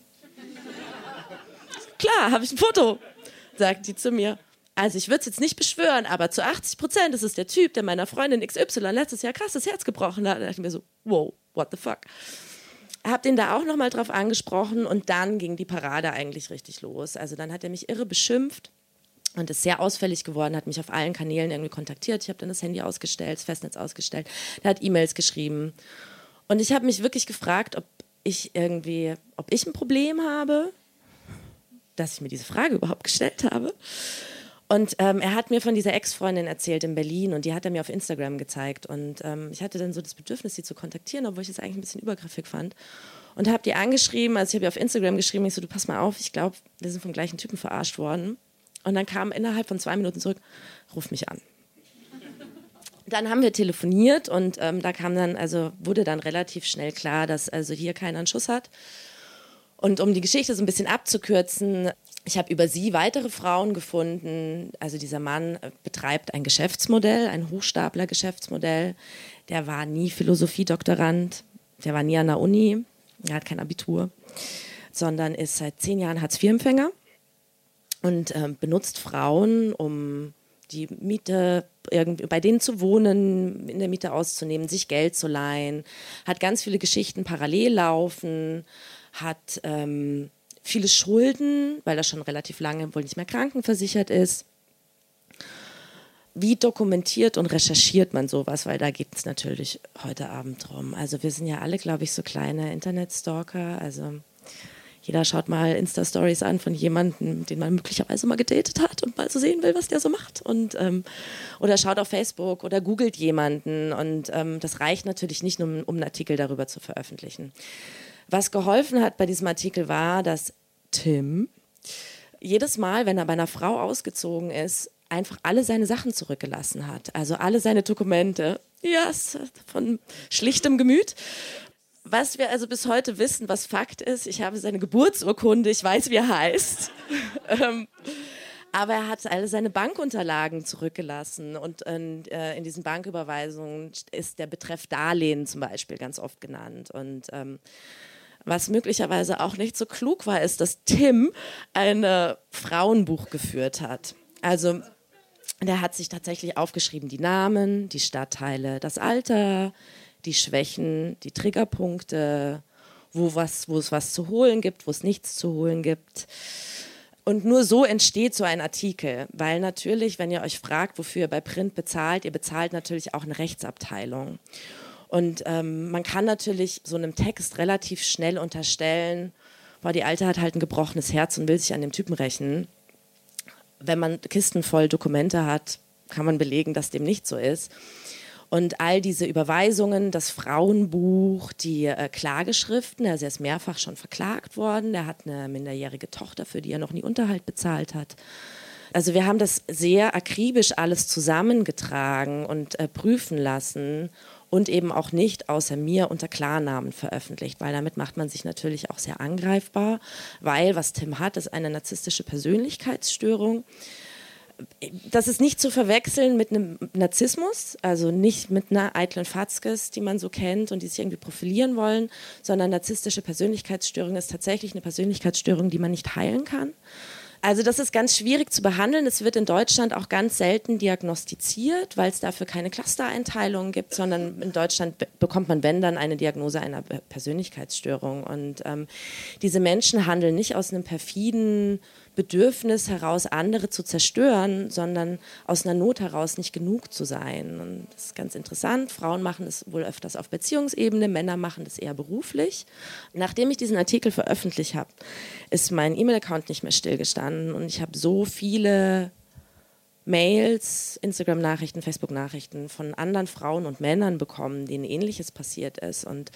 Klar, habe ich ein Foto, sagt die zu mir. Also ich würde es jetzt nicht beschwören, aber zu 80% ist es der Typ, der meiner Freundin XY letztes Jahr krass das Herz gebrochen hat. Da dachte ich mir so, wow, what the fuck. Habe den da auch nochmal drauf angesprochen und dann ging die Parade eigentlich richtig los. Also dann hat er mich irre beschimpft und ist sehr ausfällig geworden, hat mich auf allen Kanälen irgendwie kontaktiert. Ich habe dann das Handy ausgestellt, das Festnetz ausgestellt. Der hat E-Mails geschrieben. Und ich habe mich wirklich gefragt, ob ich ein Problem habe dass ich mir diese Frage überhaupt gestellt habe. Und er hat mir von dieser Ex-Freundin erzählt in Berlin und die hat er mir auf Instagram gezeigt. Und ich hatte dann so das Bedürfnis, sie zu kontaktieren, obwohl ich es eigentlich ein bisschen übergriffig fand. Und habe die angeschrieben, also ich habe ihr auf Instagram geschrieben, ich so, du pass mal auf, ich glaube, wir sind vom gleichen Typen verarscht worden. Und dann kam innerhalb von 2 Minuten zurück, ruf mich an. Dann haben wir telefoniert und da wurde dann relativ schnell klar, dass also hier keiner einen Schuss hat. Und um die Geschichte so ein bisschen abzukürzen, ich habe über sie weitere Frauen gefunden. Also dieser Mann betreibt ein Geschäftsmodell, ein Hochstapler-Geschäftsmodell. Der war nie Philosophiedoktorand, der war nie an der Uni, er hat kein Abitur, sondern ist seit 10 Jahren Hartz-IV-Empfänger und benutzt Frauen, um die Miete bei denen zu wohnen, in der Miete auszunehmen, sich Geld zu leihen, hat ganz viele Geschichten parallel laufen, hat viele Schulden, weil er schon relativ lange wohl nicht mehr krankenversichert ist. Wie dokumentiert und recherchiert man sowas? Weil da geht es natürlich heute Abend drum. Also wir sind ja alle, glaube ich, so kleine Internetstalker. Also jeder schaut mal Insta-Stories an von jemandem, den man möglicherweise mal gedatet hat und mal so sehen will, was der so macht. Und, oder schaut auf Facebook oder googelt jemanden. Und das reicht natürlich nicht nur, um einen Artikel darüber zu veröffentlichen. Was geholfen hat bei diesem Artikel war, dass Tim jedes Mal, wenn er bei einer Frau ausgezogen ist, einfach alle seine Sachen zurückgelassen hat. Also alle seine Dokumente. Yes, von schlichtem Gemüt. Was wir also bis heute wissen, was Fakt ist, ich habe seine Geburtsurkunde, ich weiß, wie er heißt. Aber er hat alle seine Bankunterlagen zurückgelassen und in diesen Banküberweisungen ist der Betreff Darlehen zum Beispiel ganz oft genannt. Und was möglicherweise auch nicht so klug war, ist, dass Tim ein Frauenbuch geführt hat. Also der hat sich tatsächlich aufgeschrieben, die Namen, die Stadtteile, das Alter, die Schwächen, die Triggerpunkte, wo es was zu holen gibt, wo es nichts zu holen gibt. Und nur so entsteht so ein Artikel, weil natürlich, wenn ihr euch fragt, wofür ihr bei Print bezahlt, ihr bezahlt natürlich auch eine Rechtsabteilung. Und man kann natürlich so einem Text relativ schnell unterstellen, boah, die Alte hat halt ein gebrochenes Herz und will sich an dem Typen rächen. Wenn man Kisten voll Dokumente hat, kann man belegen, dass dem nicht so ist. Und all diese Überweisungen, das Frauenbuch, die Klageschriften, also er ist mehrfach schon verklagt worden, er hat eine minderjährige Tochter, für die er noch nie Unterhalt bezahlt hat. Also wir haben das sehr akribisch alles zusammengetragen und prüfen lassen und eben auch nicht außer mir unter Klarnamen veröffentlicht, weil damit macht man sich natürlich auch sehr angreifbar, weil was Tim hat, ist eine narzisstische Persönlichkeitsstörung. Das ist nicht zu verwechseln mit einem Narzissmus, also nicht mit einer eitlen Fatzkes, die man so kennt und die sich irgendwie profilieren wollen, sondern narzisstische Persönlichkeitsstörung ist tatsächlich eine Persönlichkeitsstörung, die man nicht heilen kann. Also das ist ganz schwierig zu behandeln. Es wird in Deutschland auch ganz selten diagnostiziert, weil es dafür keine Clustereinteilungen gibt, sondern in Deutschland bekommt man, wenn dann, eine Diagnose einer Persönlichkeitsstörung. Und diese Menschen handeln nicht aus einem perfiden Bedürfnis heraus, andere zu zerstören, sondern aus einer Not heraus, nicht genug zu sein. Und das ist ganz interessant. Frauen machen es wohl öfters auf Beziehungsebene, Männer machen das eher beruflich. Nachdem ich diesen Artikel veröffentlicht habe, ist mein E-Mail-Account nicht mehr stillgestanden und ich habe so viele Mails, Instagram-Nachrichten, Facebook-Nachrichten von anderen Frauen und Männern bekommen, denen Ähnliches passiert ist. Und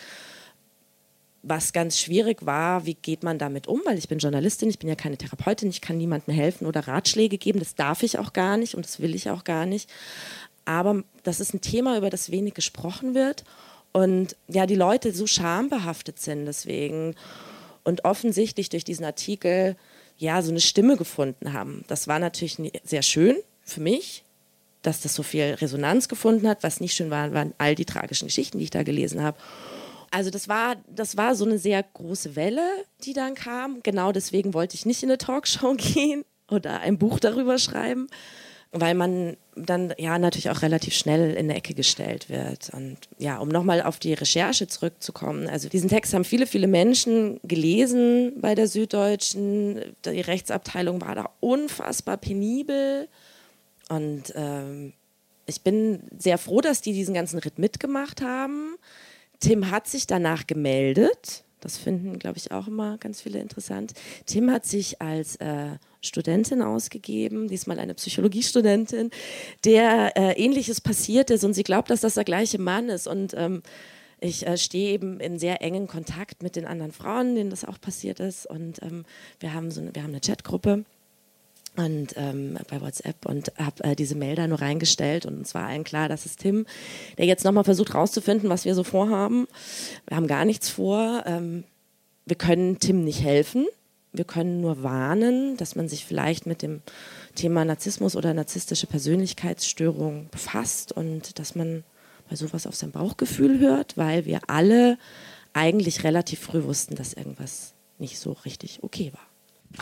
was ganz schwierig war, wie geht man damit um, weil ich bin Journalistin, ich bin ja keine Therapeutin, ich kann niemandem helfen oder Ratschläge geben, das darf ich auch gar nicht und das will ich auch gar nicht. Aber das ist ein Thema, über das wenig gesprochen wird und ja, die Leute so schambehaftet sind deswegen und offensichtlich durch diesen Artikel ja so eine Stimme gefunden haben. Das war natürlich sehr schön für mich, dass das so viel Resonanz gefunden hat. Was nicht schön war, waren all die tragischen Geschichten, die ich da gelesen habe. Also das war so eine sehr große Welle, die dann kam. Genau deswegen wollte ich nicht in eine Talkshow gehen oder ein Buch darüber schreiben, weil man dann ja natürlich auch relativ schnell in eine Ecke gestellt wird. Und ja, um nochmal auf die Recherche zurückzukommen. Also diesen Text haben viele, viele Menschen gelesen bei der Süddeutschen. Die Rechtsabteilung war da unfassbar penibel. Und ich bin sehr froh, dass die diesen ganzen Ritt mitgemacht haben. Tim hat sich danach gemeldet Das finden, glaube ich, auch immer ganz viele interessant. Tim hat sich als Studentin ausgegeben, diesmal eine Psychologiestudentin, der Ähnliches passiert ist und sie glaubt, dass das der gleiche Mann ist. Und ich stehe eben in sehr engen Kontakt mit den anderen Frauen, denen das auch passiert ist. Und wir haben eine Chatgruppe. Und bei WhatsApp und habe diese Mail da nur reingestellt und uns war allen klar, das ist Tim, der jetzt nochmal versucht rauszufinden, was wir so vorhaben. Wir haben gar nichts vor. Wir können Tim nicht helfen. Wir können nur warnen, dass man sich vielleicht mit dem Thema Narzissmus oder narzisstische Persönlichkeitsstörung befasst und dass man bei sowas auf sein Bauchgefühl hört, weil wir alle eigentlich relativ früh wussten, dass irgendwas nicht so richtig okay war.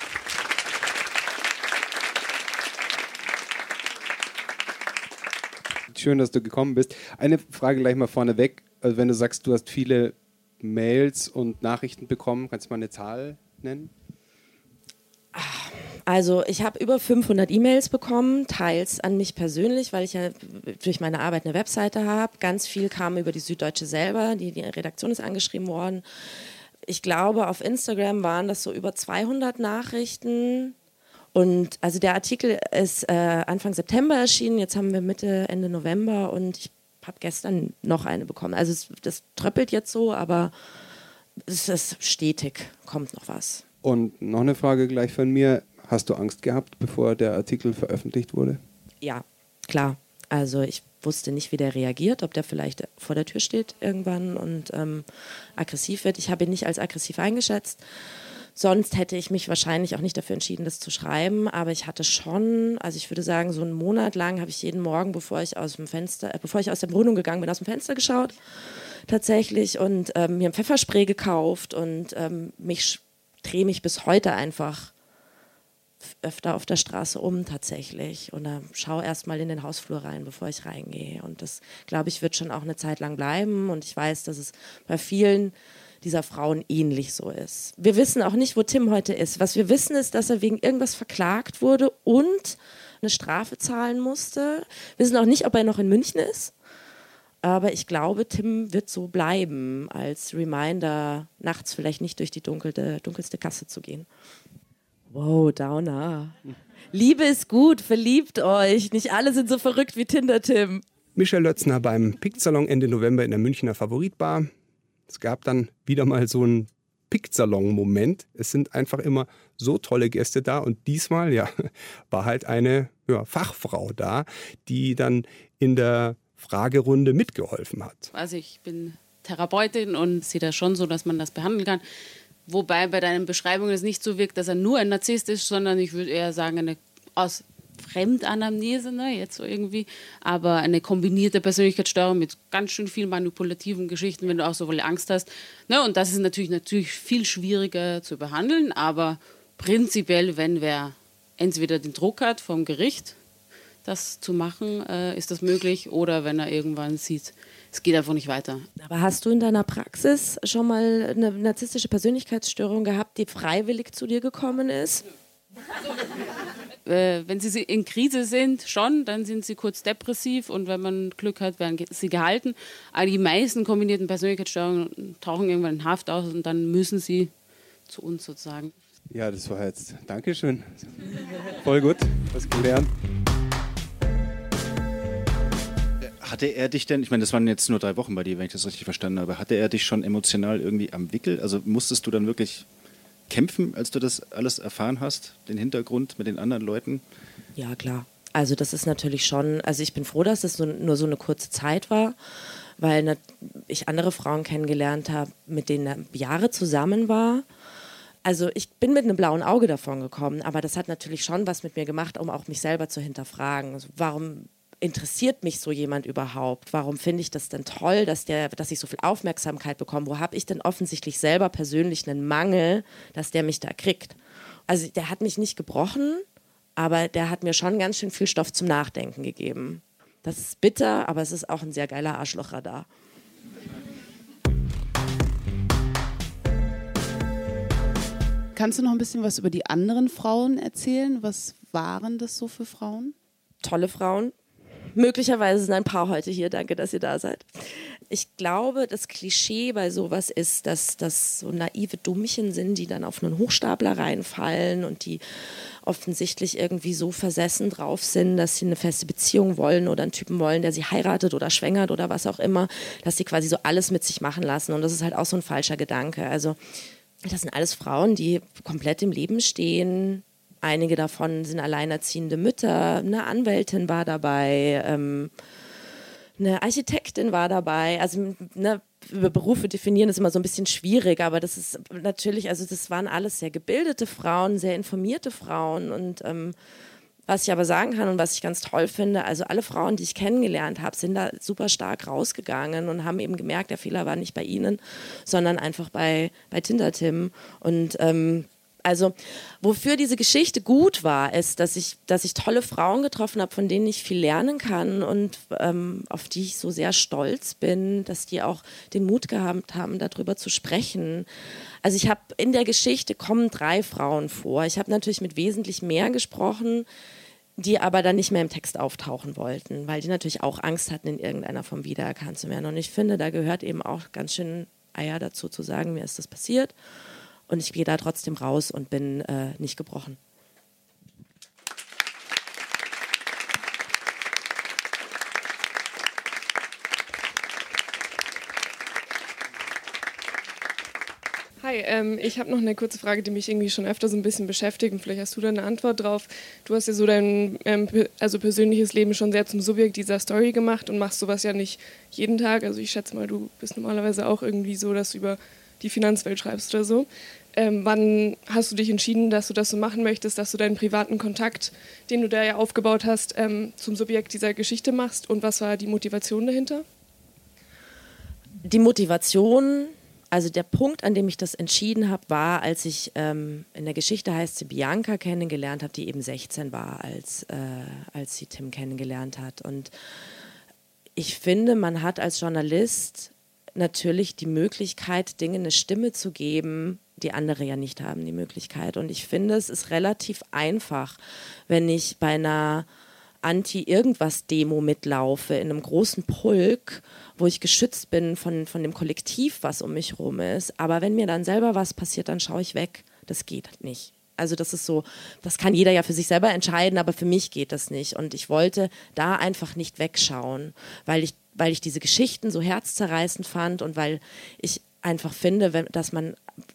Schön, dass du gekommen bist. Eine Frage gleich mal vorneweg. Also wenn du sagst, du hast viele Mails und Nachrichten bekommen, kannst du mal eine Zahl nennen? Also ich habe über 500 E-Mails bekommen, teils an mich persönlich, weil ich ja durch meine Arbeit eine Webseite habe. Ganz viel kam über die Süddeutsche selber, die Redaktion ist angeschrieben worden. Ich glaube, auf Instagram waren das so über 200 Nachrichten. Und also der Artikel ist Anfang September erschienen, jetzt haben wir Mitte, Ende November und ich habe gestern noch eine bekommen. Also das tröppelt jetzt so, aber es ist stetig, kommt noch was. Und noch eine Frage gleich von mir. Hast du Angst gehabt, bevor der Artikel veröffentlicht wurde? Ja, klar. Also ich wusste nicht, wie der reagiert, ob der vielleicht vor der Tür steht irgendwann und aggressiv wird. Ich habe ihn nicht als aggressiv eingeschätzt. Sonst hätte ich mich wahrscheinlich auch nicht dafür entschieden, das zu schreiben. Aber ich hatte schon, also ich würde sagen, so einen Monat lang habe ich jeden Morgen, bevor ich aus der Wohnung gegangen bin, aus dem Fenster geschaut. Tatsächlich. Und mir ein Pfefferspray gekauft. Und drehe mich bis heute einfach öfter auf der Straße um tatsächlich. Und schaue erst mal in den Hausflur rein, bevor ich reingehe. Und das, glaube ich, wird schon auch eine Zeit lang bleiben. Und ich weiß, dass es bei vielen dieser Frauen ähnlich so ist. Wir wissen auch nicht, wo Tim heute ist. Was wir wissen, ist, dass er wegen irgendwas verklagt wurde und eine Strafe zahlen musste. Wir wissen auch nicht, ob er noch in München ist. Aber ich glaube, Tim wird so bleiben, als Reminder, nachts vielleicht nicht durch die dunkelste Gasse zu gehen. Wow, Downer. Liebe ist gut, verliebt euch. Nicht alle sind so verrückt wie Tinder-Tim. Michelle Lötzner beim Pikt-Salon Ende November in der Münchner Favoritbar. Es gab dann wieder mal so einen Pikt-Salon-Moment. Es sind einfach immer so tolle Gäste da und diesmal war halt eine Fachfrau da, die dann in der Fragerunde mitgeholfen hat. Also ich bin Therapeutin und sehe das schon so, dass man das behandeln kann. Wobei bei deinen Beschreibungen es nicht so wirkt, dass er nur ein Narzisst ist, sondern ich würde eher sagen, aus Fremdanamnese, jetzt so irgendwie, aber eine kombinierte Persönlichkeitsstörung mit ganz schön viel manipulativen Geschichten, wenn du auch so viel Angst hast. Und das ist natürlich viel schwieriger zu behandeln, aber prinzipiell, wenn wer entweder den Druck hat vom Gericht, das zu machen, ist das möglich, oder wenn er irgendwann sieht, es geht einfach nicht weiter. Aber hast du in deiner Praxis schon mal eine narzisstische Persönlichkeitsstörung gehabt, die freiwillig zu dir gekommen ist? Wenn sie in Krise sind, schon, dann sind sie kurz depressiv und wenn man Glück hat, werden sie gehalten. Aber die meisten kombinierten Persönlichkeitsstörungen tauchen irgendwann in Haft aus und dann müssen sie zu uns sozusagen. Ja, das war jetzt. Dankeschön. Voll gut, was gelernt. Hatte er dich denn, ich meine, das waren jetzt nur 3 Wochen bei dir, wenn ich das richtig verstanden habe, hatte er dich schon emotional irgendwie am Wickel? Also musstest du dann wirklich kämpfen, als du das alles erfahren hast, den Hintergrund mit den anderen Leuten? Ja, klar. Also das ist natürlich schon, also ich bin froh, dass es nur so eine kurze Zeit war, weil ich andere Frauen kennengelernt habe, mit denen er Jahre zusammen war. Also ich bin mit einem blauen Auge davon gekommen, aber das hat natürlich schon was mit mir gemacht, um auch mich selber zu hinterfragen. Also warum interessiert mich so jemand überhaupt? Warum finde ich das denn toll, dass ich so viel Aufmerksamkeit bekomme? Wo habe ich denn offensichtlich selber persönlich einen Mangel, dass der mich da kriegt? Also der hat mich nicht gebrochen, aber der hat mir schon ganz schön viel Stoff zum Nachdenken gegeben. Das ist bitter, aber es ist auch ein sehr geiler Arschlochradar. Kannst du noch ein bisschen was über die anderen Frauen erzählen? Was waren das so für Frauen? Tolle Frauen. Möglicherweise sind ein paar heute hier. Danke, dass ihr da seid. Ich glaube, das Klischee bei sowas ist, dass das so naive Dummchen sind, die dann auf einen Hochstapler reinfallen und die offensichtlich irgendwie so versessen drauf sind, dass sie eine feste Beziehung wollen oder einen Typen wollen, der sie heiratet oder schwängert oder was auch immer, dass sie quasi so alles mit sich machen lassen. Und das ist halt auch so ein falscher Gedanke. Also das sind alles Frauen, die komplett im Leben stehen. Einige davon sind alleinerziehende Mütter, eine Anwältin war dabei, eine Architektin war dabei. Also über Berufe definieren ist immer so ein bisschen schwierig, aber das ist natürlich, also das waren alles sehr gebildete Frauen, sehr informierte Frauen. Und was ich aber sagen kann und was ich ganz toll finde, also alle Frauen, die ich kennengelernt habe, sind da super stark rausgegangen und haben eben gemerkt, der Fehler war nicht bei ihnen, sondern einfach bei Tinder Tim. Und also wofür diese Geschichte gut war, ist, dass ich tolle Frauen getroffen habe, von denen ich viel lernen kann und auf die ich so sehr stolz bin, dass die auch den Mut gehabt haben, darüber zu sprechen. Also ich habe in der Geschichte kommen 3 Frauen vor. Ich habe natürlich mit wesentlich mehr gesprochen, die aber dann nicht mehr im Text auftauchen wollten, weil die natürlich auch Angst hatten, in irgendeiner Form wiedererkannt zu werden. Und ich finde, da gehört eben auch ganz schön Eier dazu, zu sagen, mir ist das passiert. Und ich gehe da trotzdem raus und bin nicht gebrochen. Hi, ich habe noch eine kurze Frage, die mich irgendwie schon öfter so ein bisschen beschäftigt und vielleicht hast du da eine Antwort drauf. Du hast ja so dein persönliches Leben schon sehr zum Subjekt dieser Story gemacht und machst sowas ja nicht jeden Tag. Also ich schätze mal, du bist normalerweise auch irgendwie so, dass du über die Finanzwelt schreibst oder so. Wann hast du dich entschieden, dass du das so machen möchtest, dass du deinen privaten Kontakt, den du da ja aufgebaut hast, zum Subjekt dieser Geschichte machst? Und was war die Motivation dahinter? Die Motivation, also der Punkt, an dem ich das entschieden habe, war, als ich in der Geschichte heißt sie Bianca kennengelernt habe, die eben 16 war, als sie Tim kennengelernt hat. Und ich finde, man hat als Journalist natürlich die Möglichkeit, Dingen eine Stimme zu geben, die andere ja nicht haben, die Möglichkeit. Und ich finde, es ist relativ einfach, wenn ich bei einer Anti-Irgendwas-Demo mitlaufe, in einem großen Pulk, wo ich geschützt bin von dem Kollektiv, was um mich rum ist. Aber wenn mir dann selber was passiert, dann schaue ich weg. Das geht nicht. Also das ist so, das kann jeder ja für sich selber entscheiden, aber für mich geht das nicht. Und ich wollte da einfach nicht wegschauen, weil ich diese Geschichten so herzzerreißend fand und weil ich einfach finde, dass man,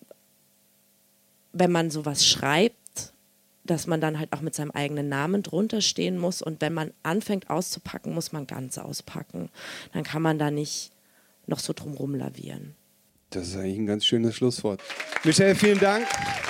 wenn man sowas schreibt, dass man dann halt auch mit seinem eigenen Namen drunter stehen muss. Und wenn man anfängt auszupacken, muss man ganz auspacken. Dann kann man da nicht noch so drumrum lavieren. Das ist eigentlich ein ganz schönes Schlusswort. Michelle, vielen Dank.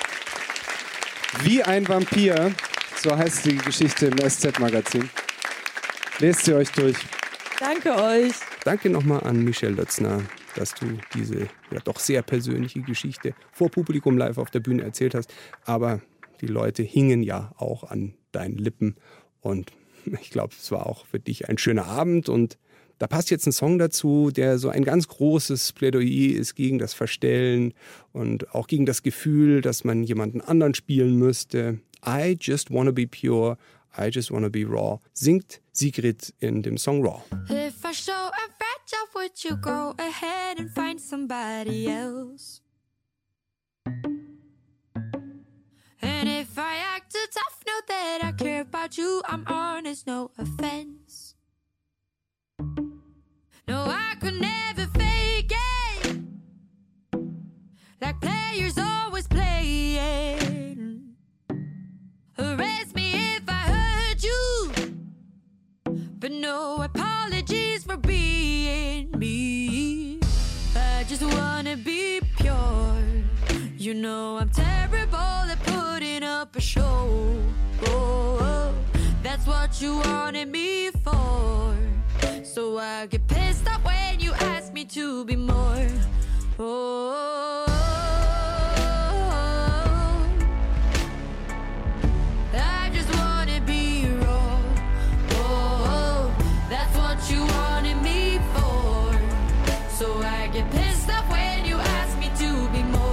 Wie ein Vampir, so heißt die Geschichte im SZ-Magazin. Lest sie euch durch. Danke euch. Danke nochmal an Michelle Lötzner, dass du diese ja doch sehr persönliche Geschichte vor Publikum live auf der Bühne erzählt hast. Aber die Leute hingen ja auch an deinen Lippen. Und ich glaube, es war auch für dich ein schöner Abend. Und da passt jetzt ein Song dazu, der so ein ganz großes Plädoyer ist gegen das Verstellen und auch gegen das Gefühl, dass man jemanden anderen spielen müsste. I just wanna be pure, I just wanna be raw, singt Sigrid in dem Song Raw. If I show a fragile, would you go ahead and find somebody else? And if I act too tough, know that I care about you, I'm honest, no offense. No, I could never fake it, like players always playing. Arrest me if I hurt you, but no apologies for being me. I just wanna be pure. You know I'm terrible at putting up a show. Oh, that's what you wanted me for. So I get pissed off when you ask me to be more. Oh, I just wanna be raw. Oh, that's what you wanted me for. So I get pissed off when you ask me to be more.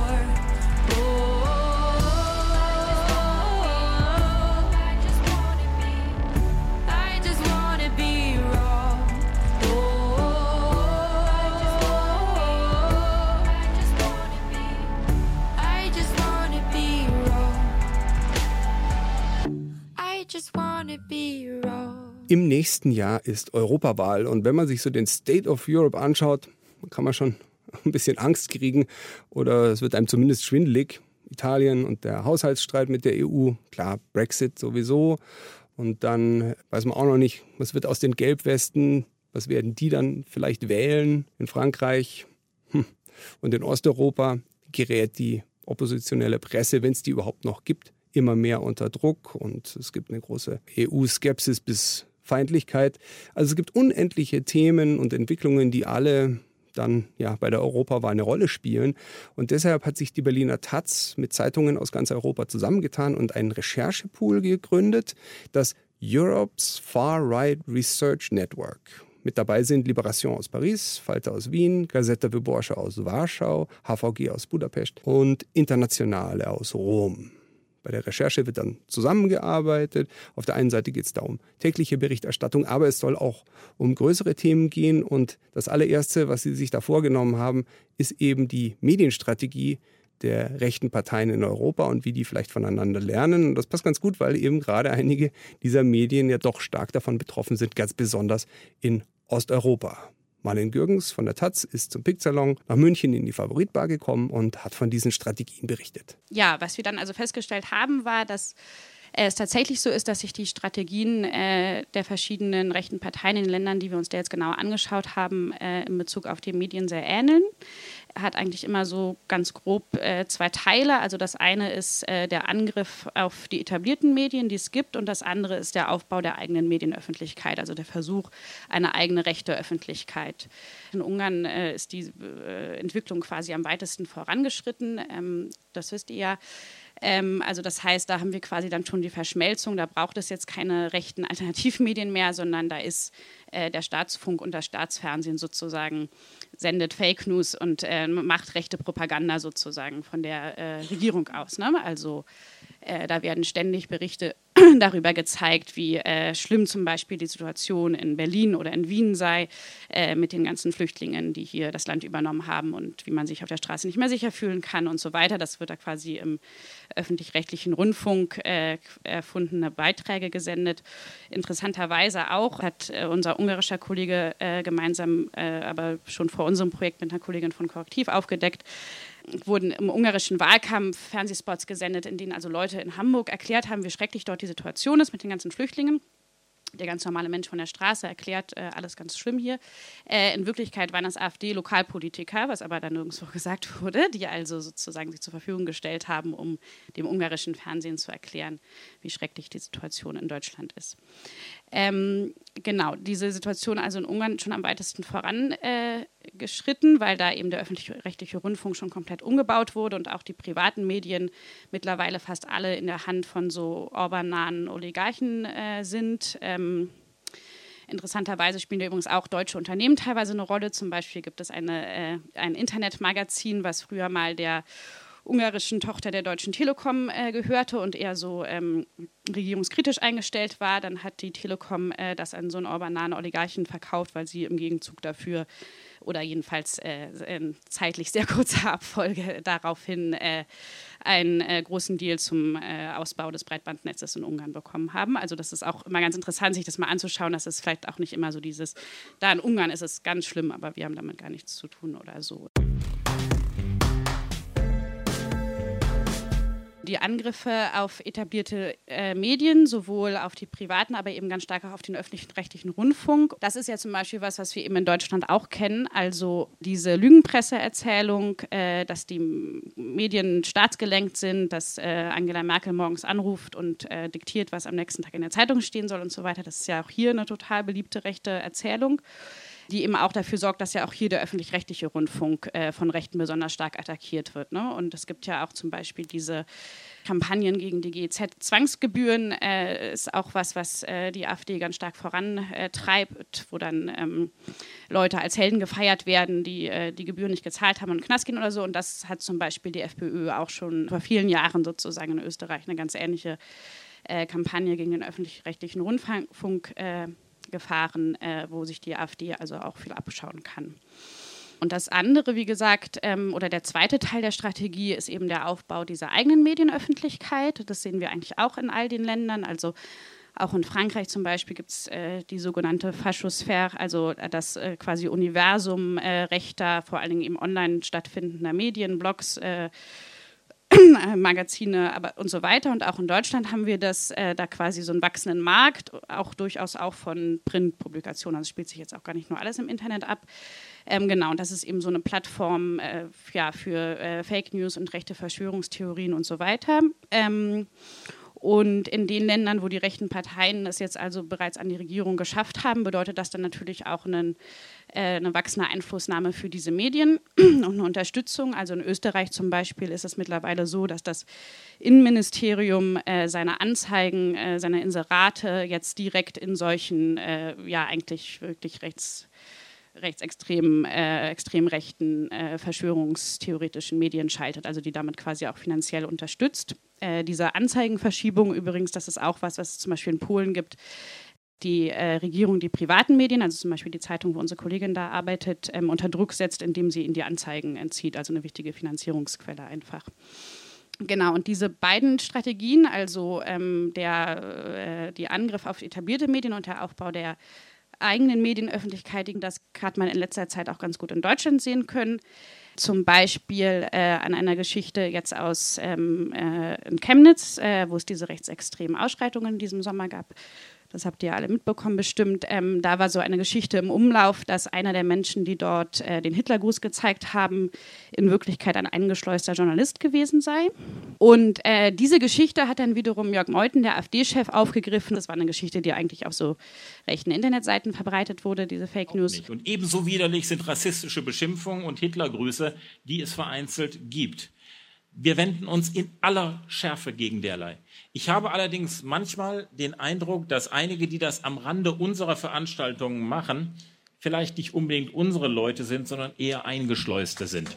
Im nächsten Jahr ist Europawahl und wenn man sich so den State of Europe anschaut, kann man schon ein bisschen Angst kriegen oder es wird einem zumindest schwindelig. Italien und der Haushaltsstreit mit der EU, klar, Brexit sowieso und dann weiß man auch noch nicht, was wird aus den Gelbwesten, was werden die dann vielleicht wählen in Frankreich und in Osteuropa gerät die oppositionelle Presse, wenn es die überhaupt noch gibt, immer mehr unter Druck und es gibt eine große EU-Skepsis bis Feindlichkeit. Also es gibt unendliche Themen und Entwicklungen, die alle dann bei der Europawahl eine Rolle spielen. Und deshalb hat sich die Berliner Taz mit Zeitungen aus ganz Europa zusammengetan und einen Recherchepool gegründet, das Europe's Far-Right Research Network. Mit dabei sind Libération aus Paris, Falter aus Wien, Gazeta Wyborcza aus Warschau, HVG aus Budapest und Internationale aus Rom. Bei der Recherche wird dann zusammengearbeitet. Auf der einen Seite geht es da um tägliche Berichterstattung, aber es soll auch um größere Themen gehen. Und das allererste, was sie sich da vorgenommen haben, ist eben die Medienstrategie der rechten Parteien in Europa und wie die vielleicht voneinander lernen. Und das passt ganz gut, weil eben gerade einige dieser Medien ja doch stark davon betroffen sind, ganz besonders in Osteuropa. Marlene Gürgens von der Taz ist zum Pick-Salon nach München in die Favoritbar gekommen und hat von diesen Strategien berichtet. Ja, was wir dann also festgestellt haben, war, dass es tatsächlich so ist, dass sich die Strategien der verschiedenen rechten Parteien in den Ländern, die wir uns da jetzt genauer angeschaut haben, in Bezug auf die Medien sehr ähneln. Hat eigentlich immer so ganz grob zwei Teile. Also das eine ist der Angriff auf die etablierten Medien, die es gibt, und das andere ist der Aufbau der eigenen Medienöffentlichkeit, also der Versuch, eine eigene rechte Öffentlichkeit. In Ungarn ist die Entwicklung quasi am weitesten vorangeschritten. Das wisst ihr ja. Also das heißt, da haben wir quasi dann schon die Verschmelzung. Da braucht es jetzt keine rechten Alternativmedien mehr, sondern da ist der Staatsfunk und das Staatsfernsehen sozusagen sendet Fake News und macht rechte Propaganda sozusagen von der Regierung aus. Ne? Also da werden ständig Berichte darüber gezeigt, wie schlimm zum Beispiel die Situation in Berlin oder in Wien sei mit den ganzen Flüchtlingen, die hier das Land übernommen haben und wie man sich auf der Straße nicht mehr sicher fühlen kann und so weiter. Das wird da quasi im öffentlich-rechtlichen Rundfunk erfundene Beiträge gesendet. Interessanterweise auch hat unser ungarischer Kollege gemeinsam, aber schon vor unserem Projekt mit einer Kollegin von Korrektiv aufgedeckt, wurden im ungarischen Wahlkampf Fernsehspots gesendet, in denen also Leute in Hamburg erklärt haben, wie schrecklich dort die Situation ist mit den ganzen Flüchtlingen. Der ganz normale Mensch von der Straße erklärt, alles ganz schlimm hier. In Wirklichkeit waren das AfD-Lokalpolitiker, was aber dann nirgendwo gesagt wurde, die also sozusagen sich zur Verfügung gestellt haben, um dem ungarischen Fernsehen zu erklären, wie schrecklich die Situation in Deutschland ist. Genau, diese Situation also in Ungarn schon am weitesten vorangeschritten, weil da eben der öffentlich-rechtliche Rundfunk schon komplett umgebaut wurde und auch die privaten Medien mittlerweile fast alle in der Hand von so Orban-nahen Oligarchen sind. Interessanterweise spielen da übrigens auch deutsche Unternehmen teilweise eine Rolle. Zum Beispiel gibt es ein Internetmagazin, was früher mal der ungarischen Tochter der Deutschen Telekom gehörte und eher so regierungskritisch eingestellt war. Dann hat die Telekom das an so einen Orban-nahen Oligarchen verkauft, weil sie im Gegenzug dafür oder jedenfalls in zeitlich sehr kurzer Abfolge daraufhin einen großen Deal zum Ausbau des Breitbandnetzes in Ungarn bekommen haben. Also das ist auch immer ganz interessant, sich das mal anzuschauen. Das ist vielleicht auch nicht immer so dieses, da in Ungarn ist es ganz schlimm, aber wir haben damit gar nichts zu tun oder so. Die Angriffe auf etablierte Medien, sowohl auf die privaten, aber eben ganz stark auch auf den öffentlich-rechtlichen Rundfunk. Das ist ja zum Beispiel was wir eben in Deutschland auch kennen. Also diese Lügenpresseerzählung, dass die Medien staatsgelenkt sind, dass Angela Merkel morgens anruft und diktiert, was am nächsten Tag in der Zeitung stehen soll und so weiter. Das ist ja auch hier eine total beliebte rechte Erzählung, die eben auch dafür sorgt, dass ja auch hier der öffentlich-rechtliche Rundfunk von Rechten besonders stark attackiert wird. Ne? Und es gibt ja auch zum Beispiel diese Kampagnen gegen die GEZ-Zwangsgebühren, ist auch was die AfD ganz stark vorantreibt, wo dann Leute als Helden gefeiert werden, die die Gebühren nicht gezahlt haben und in den Knast gehen oder so. Und das hat zum Beispiel die FPÖ auch schon vor vielen Jahren sozusagen in Österreich eine ganz ähnliche Kampagne gegen den öffentlich-rechtlichen Rundfunk gefahren, wo sich die AfD also auch viel abschauen kann. Und das andere, wie gesagt, oder der zweite Teil der Strategie ist eben der Aufbau dieser eigenen Medienöffentlichkeit. Das sehen wir eigentlich auch in all den Ländern. Also Auch in Frankreich zum Beispiel gibt es die sogenannte Fachosphäre, also das quasi Universum rechter, vor allen Dingen eben online stattfindender Medien, Blogs, Magazine und so weiter. Und auch in Deutschland haben wir da quasi so einen wachsenden Markt, auch durchaus auch von Printpublikationen. Also spielt sich jetzt auch gar nicht nur alles im Internet ab. Genau, und das ist eben so eine Plattform für Fake News und rechte Verschwörungstheorien und so weiter. Und in den Ländern, wo die rechten Parteien es jetzt also bereits an die Regierung geschafft haben, bedeutet das dann natürlich auch eine wachsende Einflussnahme für diese Medien und eine Unterstützung. Also in Österreich zum Beispiel ist es mittlerweile so, dass das Innenministerium seine Anzeigen, seine Inserate jetzt direkt in solchen, eigentlich wirklich extrem rechten verschwörungstheoretischen Medien schaltet, also die damit quasi auch finanziell unterstützt. Diese Anzeigenverschiebung übrigens, das ist auch was es zum Beispiel in Polen gibt. Die Regierung die privaten Medien, also zum Beispiel die Zeitung, wo unsere Kollegin da arbeitet, unter Druck setzt, indem sie ihnen die Anzeigen entzieht, also eine wichtige Finanzierungsquelle einfach. Genau, und diese beiden Strategien, also die Angriff auf etablierte Medien und der Aufbau der eigenen Medienöffentlichkeit, das hat man in letzter Zeit auch ganz gut in Deutschland sehen können. Zum Beispiel an einer Geschichte jetzt aus in Chemnitz, wo es diese rechtsextremen Ausschreitungen in diesem Sommer gab. Das habt ihr alle mitbekommen bestimmt. Da war so eine Geschichte im Umlauf, dass einer der Menschen, die dort den Hitlergruß gezeigt haben, in Wirklichkeit ein eingeschleuster Journalist gewesen sei. Und diese Geschichte hat dann wiederum Jörg Meuthen, der AfD-Chef, aufgegriffen. Das war eine Geschichte, die eigentlich auf so rechten Internetseiten verbreitet wurde, diese Fake News. Und ebenso widerlich sind rassistische Beschimpfungen und Hitlergrüße, die es vereinzelt gibt. Wir wenden uns in aller Schärfe gegen derlei. Ich habe allerdings manchmal den Eindruck, dass einige, die das am Rande unserer Veranstaltungen machen, vielleicht nicht unbedingt unsere Leute sind, sondern eher Eingeschleuste sind.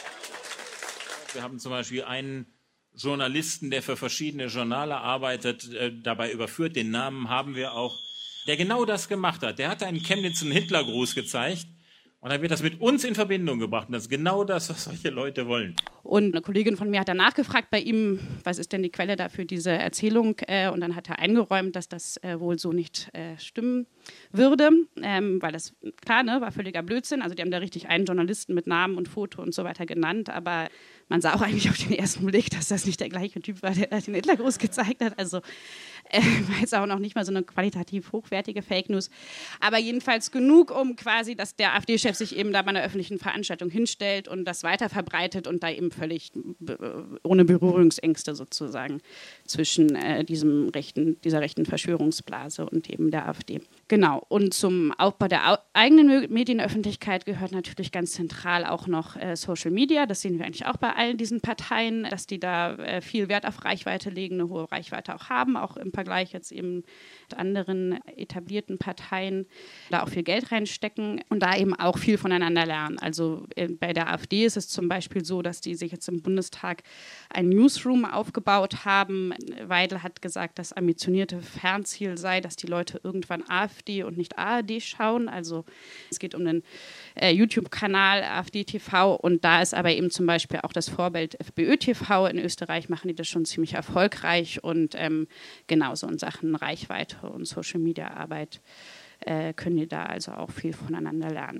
Wir haben zum Beispiel einen Journalisten, der für verschiedene Journale arbeitet, dabei überführt. Den Namen haben wir auch, der genau das gemacht hat. Der hat einen Chemnitz einen Hitlergruß gezeigt. Und dann wird das mit uns in Verbindung gebracht. Und das ist genau das, was solche Leute wollen. Und eine Kollegin von mir hat danach gefragt bei ihm, was ist denn die Quelle dafür, diese Erzählung? Und dann hat er eingeräumt, dass das wohl so nicht stimmen würde. Weil das, klar, war völliger Blödsinn. Also die haben da richtig einen Journalisten mit Namen und Foto und so weiter genannt. Aber man sah auch eigentlich auf den ersten Blick, dass das nicht der gleiche Typ war, der den Hitlergruß gezeigt hat. Also war jetzt auch noch nicht mal so eine qualitativ hochwertige Fake News. Aber jedenfalls genug, um quasi, dass der AfD-Chef sich eben da bei einer öffentlichen Veranstaltung hinstellt und das weiter verbreitet und da eben völlig ohne Berührungsängste sozusagen zwischen dieser rechten Verschwörungsblase und eben der AfD. Genau, und zum Aufbau der eigenen Medienöffentlichkeit gehört natürlich ganz zentral auch noch Social Media. Das sehen wir eigentlich auch bei allen diesen Parteien, dass die da viel Wert auf Reichweite legen, eine hohe Reichweite auch haben, auch im Vergleich jetzt eben mit anderen etablierten Parteien, da auch viel Geld reinstecken und da eben auch viel voneinander lernen. Also bei der AfD ist es zum Beispiel so, dass die sich jetzt im Bundestag ein Newsroom aufgebaut haben. Weidel hat gesagt, das ambitionierte Fernziel sei, dass die Leute irgendwann AfD und nicht ARD schauen. Also es geht um den YouTube-Kanal AfD TV und da ist aber eben zum Beispiel auch das Vorbild FPÖ TV. In Österreich machen die das schon ziemlich erfolgreich und genauso in Sachen Reichweite und Social-Media-Arbeit können die da also auch viel voneinander lernen.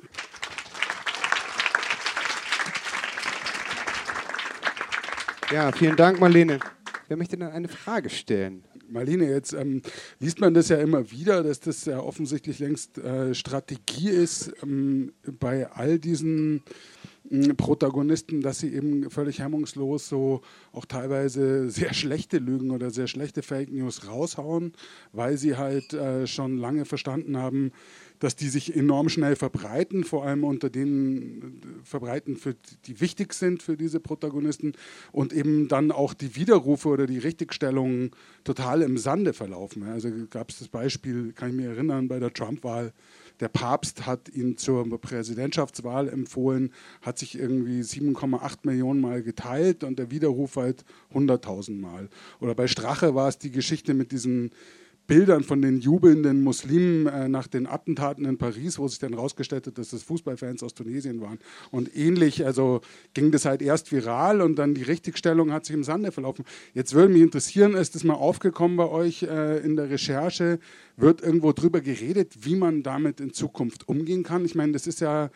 Ja, vielen Dank, Marlene. Wer möchte dann eine Frage stellen? Marlene, jetzt liest man das ja immer wieder, dass das ja offensichtlich längst Strategie ist bei all diesen Protagonisten, dass sie eben völlig hemmungslos so auch teilweise sehr schlechte Lügen oder sehr schlechte Fake News raushauen, weil sie halt schon lange verstanden haben, dass die sich enorm schnell verbreiten, vor allem unter denen verbreiten, die wichtig sind für diese Protagonisten und eben dann auch die Widerrufe oder die Richtigstellungen total im Sande verlaufen. Also gab es das Beispiel, kann ich mich erinnern, bei der Trump-Wahl, der Papst hat ihn zur Präsidentschaftswahl empfohlen, hat sich irgendwie 7,8 Millionen Mal geteilt und der Widerruf halt 100.000 Mal. Oder bei Strache war es die Geschichte mit diesen Bildern von den jubelnden Muslimen nach den Attentaten in Paris, wo sich dann rausgestellt hat, dass das Fußballfans aus Tunesien waren. Und ähnlich, also ging das halt erst viral und dann die Richtigstellung hat sich im Sande verlaufen. Jetzt würde mich interessieren, ist das mal aufgekommen bei euch in der Recherche? Wird irgendwo drüber geredet, wie man damit in Zukunft umgehen kann? Ich meine, das ist ja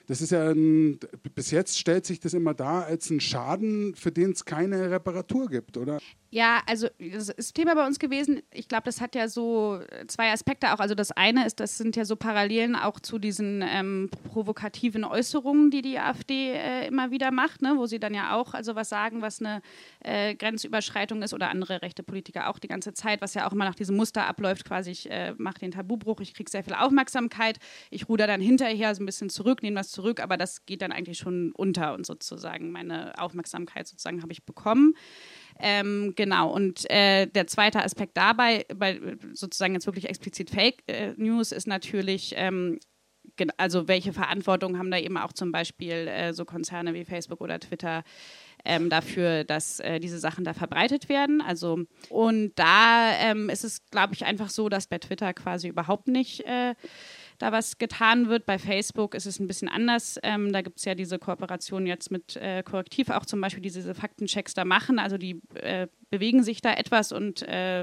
bis jetzt stellt sich das immer dar als ein Schaden, für den es keine Reparatur gibt, oder? Ja, also das ist Thema bei uns gewesen. Ich glaube, das hat ja so zwei Aspekte auch. Also das eine ist, das sind ja so Parallelen auch zu diesen provokativen Äußerungen, die AfD immer wieder macht, ne? Wo sie dann ja auch also was sagen, was eine Grenzüberschreitung ist oder andere rechte Politiker auch die ganze Zeit, was ja auch immer nach diesem Muster abläuft, quasi ich mache den Tabubruch, ich kriege sehr viel Aufmerksamkeit, ich ruder dann hinterher so ein bisschen zurück, nehme das zurück, aber das geht dann eigentlich schon unter und sozusagen meine Aufmerksamkeit sozusagen habe ich bekommen. Genau, und der zweite Aspekt dabei, bei sozusagen jetzt wirklich explizit Fake News, ist natürlich, also welche Verantwortung haben da eben auch zum Beispiel so Konzerne wie Facebook oder Twitter dafür, dass diese Sachen da verbreitet werden. Also, und da ist es, glaube ich, einfach so, dass bei Twitter quasi überhaupt nicht da was getan wird. Bei Facebook ist es ein bisschen anders. Da gibt es ja diese Kooperation jetzt mit Korrektiv, auch zum Beispiel, die diese Faktenchecks da machen. Also die bewegen sich da etwas und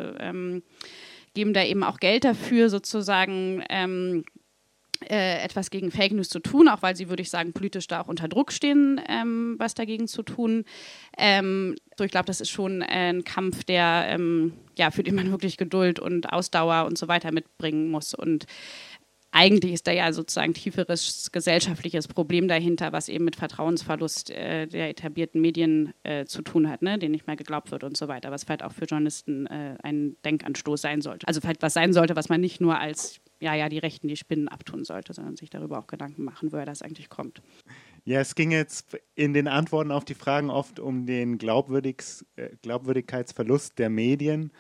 geben da eben auch Geld dafür, sozusagen etwas gegen Fake News zu tun, auch weil sie, würde ich sagen, politisch da auch unter Druck stehen, was dagegen zu tun. So, ich glaube, das ist schon ein Kampf, der, für den man wirklich Geduld und Ausdauer und so weiter mitbringen muss. Und eigentlich ist da ja sozusagen tieferes gesellschaftliches Problem dahinter, was eben mit Vertrauensverlust der etablierten Medien zu tun hat, ne? Denen nicht mehr geglaubt wird und so weiter, was vielleicht auch für Journalisten ein Denkanstoß sein sollte. Also vielleicht was sein sollte, was man nicht nur als, die Rechten, die Spinnen abtun sollte, sondern sich darüber auch Gedanken machen, woher das eigentlich kommt. Ja, es ging jetzt in den Antworten auf die Fragen oft um den Glaubwürdigkeitsverlust der Medien.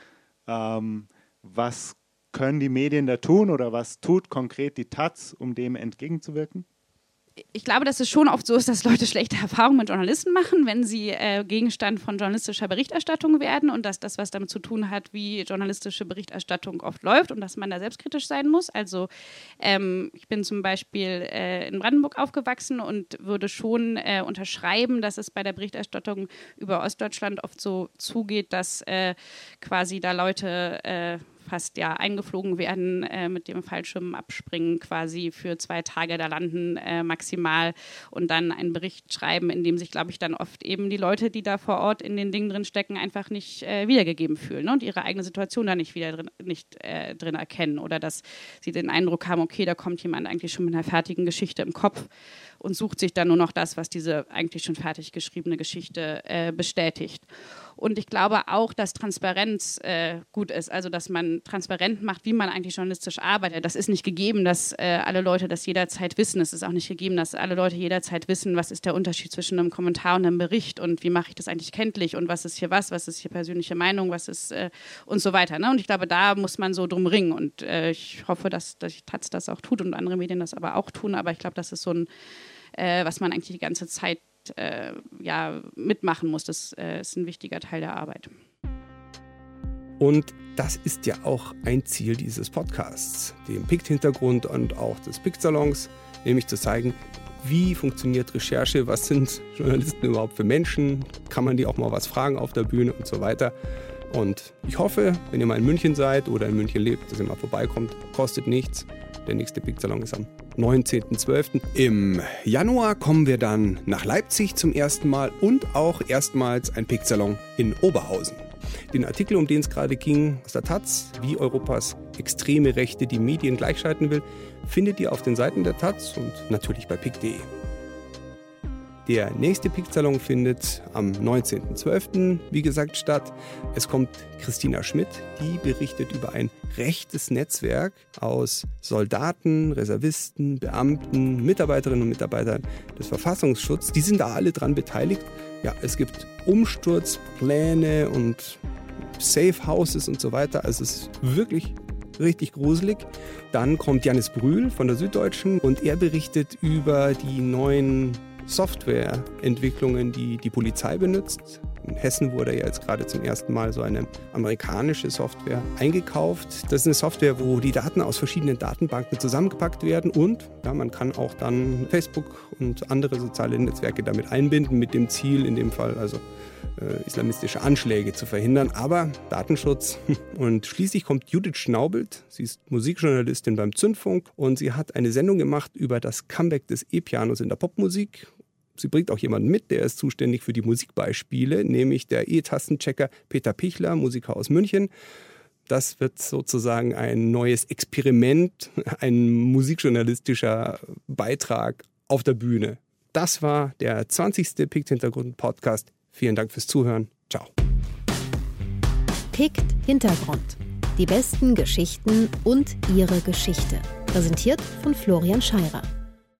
Was können die Medien da tun oder was tut konkret die Taz, um dem entgegenzuwirken? Ich glaube, dass es schon oft so ist, dass Leute schlechte Erfahrungen mit Journalisten machen, wenn sie Gegenstand von journalistischer Berichterstattung werden und dass das was damit zu tun hat, wie journalistische Berichterstattung oft läuft und dass man da selbstkritisch sein muss. Also ich bin zum Beispiel in Brandenburg aufgewachsen und würde schon unterschreiben, dass es bei der Berichterstattung über Ostdeutschland oft so zugeht, dass quasi da Leute fast eingeflogen werden, mit dem Fallschirm abspringen, quasi für 2 Tage da landen maximal und dann einen Bericht schreiben, in dem sich, glaube ich, dann oft eben die Leute, die da vor Ort in den Dingen drin stecken, einfach nicht wiedergegeben fühlen, ne? Und ihre eigene Situation da nicht drin erkennen oder dass sie den Eindruck haben, okay, da kommt jemand eigentlich schon mit einer fertigen Geschichte im Kopf und sucht sich dann nur noch das, was diese eigentlich schon fertig geschriebene Geschichte bestätigt. Und ich glaube auch, dass Transparenz gut ist, also dass man transparent macht, wie man eigentlich journalistisch arbeitet. Das ist nicht gegeben, dass alle Leute das jederzeit wissen. Es ist auch nicht gegeben, dass alle Leute jederzeit wissen, was ist der Unterschied zwischen einem Kommentar und einem Bericht und wie mache ich das eigentlich kenntlich und was ist hier was ist hier persönliche Meinung, was ist und so weiter. Ne? Und ich glaube, da muss man so drum ringen und ich hoffe, dass die Taz das auch tut und andere Medien das aber auch tun, aber ich glaube, das ist so ein, was man eigentlich die ganze Zeit mitmachen muss. Das ist ein wichtiger Teil der Arbeit. Und das ist ja auch ein Ziel dieses Podcasts, dem PIKT-Hintergrund und auch des PIKT-Salons, nämlich zu zeigen, wie funktioniert Recherche, was sind Journalisten überhaupt für Menschen, kann man die auch mal was fragen auf der Bühne und so weiter. Und ich hoffe, wenn ihr mal in München seid oder in München lebt, dass ihr mal vorbeikommt, kostet nichts. Der nächste PIKT-Salon ist am 19.12. Im Januar kommen wir dann nach Leipzig zum ersten Mal und auch erstmals ein PIKT-Salon in Oberhausen. Den Artikel, um den es gerade ging, aus der Taz, wie Europas extreme Rechte die Medien gleichschalten will, findet ihr auf den Seiten der Taz und natürlich bei PIKT.de. Der nächste PIKT-Salon findet am 19.12. wie gesagt statt. Es kommt Christina Schmidt, die berichtet über ein rechtes Netzwerk aus Soldaten, Reservisten, Beamten, Mitarbeiterinnen und Mitarbeitern des Verfassungsschutzes. Die sind da alle dran beteiligt. Ja, es gibt Umsturzpläne und Safe Houses und so weiter. Also es ist wirklich richtig gruselig. Dann kommt Janis Brühl von der Süddeutschen und er berichtet über die neuen Softwareentwicklungen, die die Polizei benutzt. In Hessen wurde ja jetzt gerade zum ersten Mal so eine amerikanische Software eingekauft. Das ist eine Software, wo die Daten aus verschiedenen Datenbanken zusammengepackt werden und ja, man kann auch dann Facebook und andere soziale Netzwerke damit einbinden, mit dem Ziel, in dem Fall also islamistische Anschläge zu verhindern, aber Datenschutz. Und schließlich kommt Judith Schnaubelt, sie ist Musikjournalistin beim Zündfunk und sie hat eine Sendung gemacht über das Comeback des E-Pianos in der Popmusik. Sie bringt auch jemanden mit, der ist zuständig für die Musikbeispiele, nämlich der E-Tastenchecker Peter Pichler, Musiker aus München. Das wird sozusagen ein neues Experiment, ein musikjournalistischer Beitrag auf der Bühne. Das war der 20. Pikt-Hintergrund-Podcast. Vielen Dank fürs Zuhören. Ciao. Pikt Hintergrund. Die besten Geschichten und ihre Geschichte. Präsentiert von Florian Scheirer.